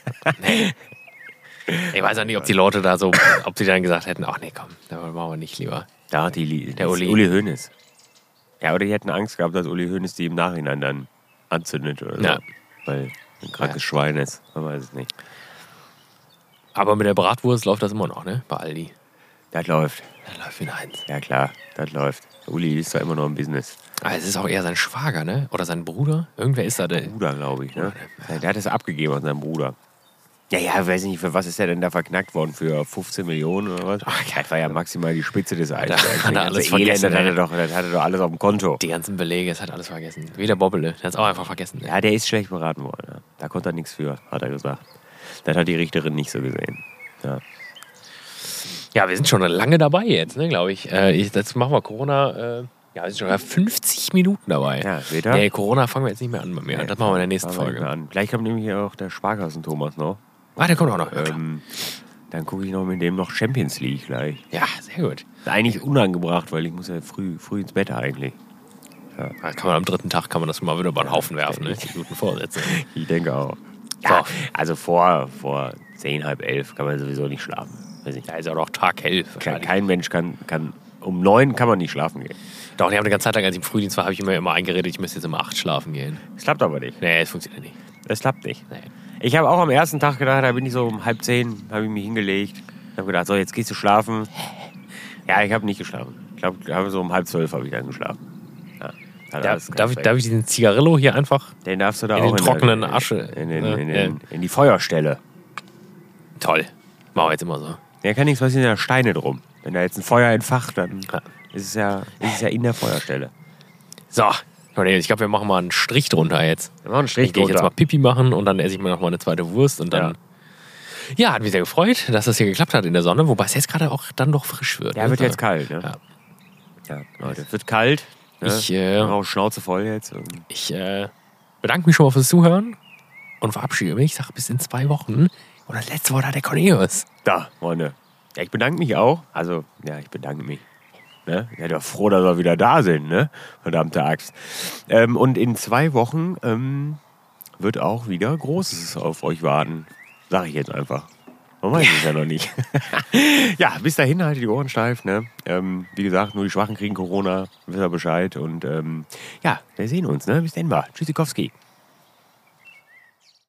Speaker 1: Ich weiß auch nicht, ob die Leute da so, ob sie dann gesagt hätten, ach nee, komm, da machen wir nicht lieber.
Speaker 2: Da hat die,
Speaker 1: Der Uli.
Speaker 2: Uli Hoeneß. Ja, oder die hätten Angst gehabt, dass Uli Hoeneß die im Nachhinein dann anzündet oder so.
Speaker 1: Ja.
Speaker 2: Weil ein krankes
Speaker 1: Ja.
Speaker 2: Schwein ist. Man weiß es nicht.
Speaker 1: Aber mit der Bratwurst läuft das immer noch, ne? Bei Aldi.
Speaker 2: Das läuft.
Speaker 1: Das läuft wie eins.
Speaker 2: Ja klar, das läuft. Uli ist da immer noch im Business.
Speaker 1: Aber es ist auch eher sein Schwager, ne? Oder sein Bruder. Irgendwer ist da der.
Speaker 2: Bruder, glaube ich. Ne? Der hat es abgegeben an seinen Bruder. Ja, ja, weiß ich nicht, für was ist der denn da verknackt worden? Für fünfzehn Millionen oder was?
Speaker 1: Ach,
Speaker 2: Das war ja maximal die Spitze des Eisbergs.
Speaker 1: hat er
Speaker 2: Das
Speaker 1: alles
Speaker 2: ganze Elend,
Speaker 1: vergessen,
Speaker 2: das hat er
Speaker 1: ey.
Speaker 2: doch, das hat er doch alles auf dem Konto.
Speaker 1: Die ganzen Belege, es hat alles vergessen. Wie der Bobbele, der hat es auch einfach vergessen. Ne?
Speaker 2: Ja, der ist schlecht beraten worden. Ja. Da konnte er nichts für, hat er gesagt. Das hat die Richterin nicht so gesehen. Ja.
Speaker 1: Ja, wir sind schon lange dabei jetzt, ne, glaube ich. Äh, ich. Jetzt machen wir Corona. Äh, ja, wir sind schon fünfzig Minuten dabei.
Speaker 2: Ja, seht ihr?
Speaker 1: Nee, Corona fangen wir jetzt nicht mehr an mit mir. Das machen wir in der nächsten
Speaker 2: Fangen wir nicht mehr
Speaker 1: Folge.
Speaker 2: an. Gleich kommt nämlich auch der Sparkassen-Thomas noch.
Speaker 1: Ah, der kommt auch noch.
Speaker 2: Ähm, dann gucke ich noch mit dem noch Champions League gleich.
Speaker 1: Ja, sehr gut.
Speaker 2: Ist eigentlich unangebracht, weil ich muss ja früh, früh ins Bett eigentlich.
Speaker 1: Da kann man am dritten Tag kann man das mal wieder über den Haufen werfen, ne? Die guten Vorsätze.
Speaker 2: Ich denke auch. Ja,
Speaker 1: So.
Speaker 2: also vor, vor zehn, halb elf kann man sowieso nicht schlafen. Weiß ich.
Speaker 1: Da ist ja auch taghell.
Speaker 2: Kein, kein Mensch kann, kann, um neun kann man nicht schlafen gehen.
Speaker 1: Doch, ich habe eine ganze Zeit lang, als ich im Frühdienst war, habe ich immer, immer eingeredet, ich müsste jetzt um acht schlafen gehen.
Speaker 2: Das klappt aber nicht.
Speaker 1: Nee, es funktioniert nicht.
Speaker 2: Das klappt nicht.
Speaker 1: Nee.
Speaker 2: Ich habe auch am ersten Tag gedacht, da bin ich so um halb zehn, habe ich mich hingelegt. habe gedacht, so, jetzt gehst du schlafen. Ja, ich habe nicht geschlafen. Ich glaube, so um halb zwölf habe ich dann geschlafen. Ja, hat
Speaker 1: Da,
Speaker 2: alles
Speaker 1: darf, ich,
Speaker 2: perfekt.
Speaker 1: darf ich diesen Zigarillo hier einfach?
Speaker 2: Den darfst du da
Speaker 1: in
Speaker 2: auch
Speaker 1: den trockenen
Speaker 2: der-
Speaker 1: Asche.
Speaker 2: In, den,
Speaker 1: Ja,
Speaker 2: in,
Speaker 1: ja.
Speaker 2: den, in die Feuerstelle.
Speaker 1: Toll. Machen wir jetzt immer so.
Speaker 2: Da kann nichts passieren, da Steine drum. Wenn da jetzt ein Feuer entfacht, dann
Speaker 1: Ja.
Speaker 2: ist es ja, ist es ja in der Feuerstelle.
Speaker 1: So, ich glaube, wir machen mal einen Strich drunter jetzt.
Speaker 2: Wir machen einen Strich
Speaker 1: Ich gehe jetzt
Speaker 2: drunter.
Speaker 1: mal Pipi machen und dann esse ich mir noch mal eine zweite Wurst und dann. Ja. hat mich sehr gefreut, dass das hier geklappt hat in der Sonne, wobei es jetzt gerade auch dann doch frisch wird.
Speaker 2: Ja,
Speaker 1: ne?
Speaker 2: wird jetzt kalt, ne?
Speaker 1: Ja.
Speaker 2: Ja, Leute, es wird kalt. Ne?
Speaker 1: Ich, äh,
Speaker 2: Wir haben auch Schnauze voll jetzt. Und
Speaker 1: Ich äh, bedanke mich schon mal fürs Zuhören und verabschiede mich. Ich sage bis in zwei Wochen. Und das letzte Wort hat der Cornelius.
Speaker 2: da, Freunde. Ja, ich bedanke mich auch. Also, ja, ich bedanke mich. Ne? Ich bin ja froh, dass wir wieder da sind, ne? Verdammte Axt. Ähm, und in zwei Wochen ähm, wird auch wieder Großes auf euch warten. Sag ich jetzt einfach. Man weiß es ja noch nicht. Ja, bis dahin haltet die Ohren steif. Ne? Ähm, wie gesagt, nur die Schwachen kriegen Corona. Wisst ihr Bescheid. Und ähm, ja, wir sehen uns. Ne? Bis dann mal. Tschüssikowski.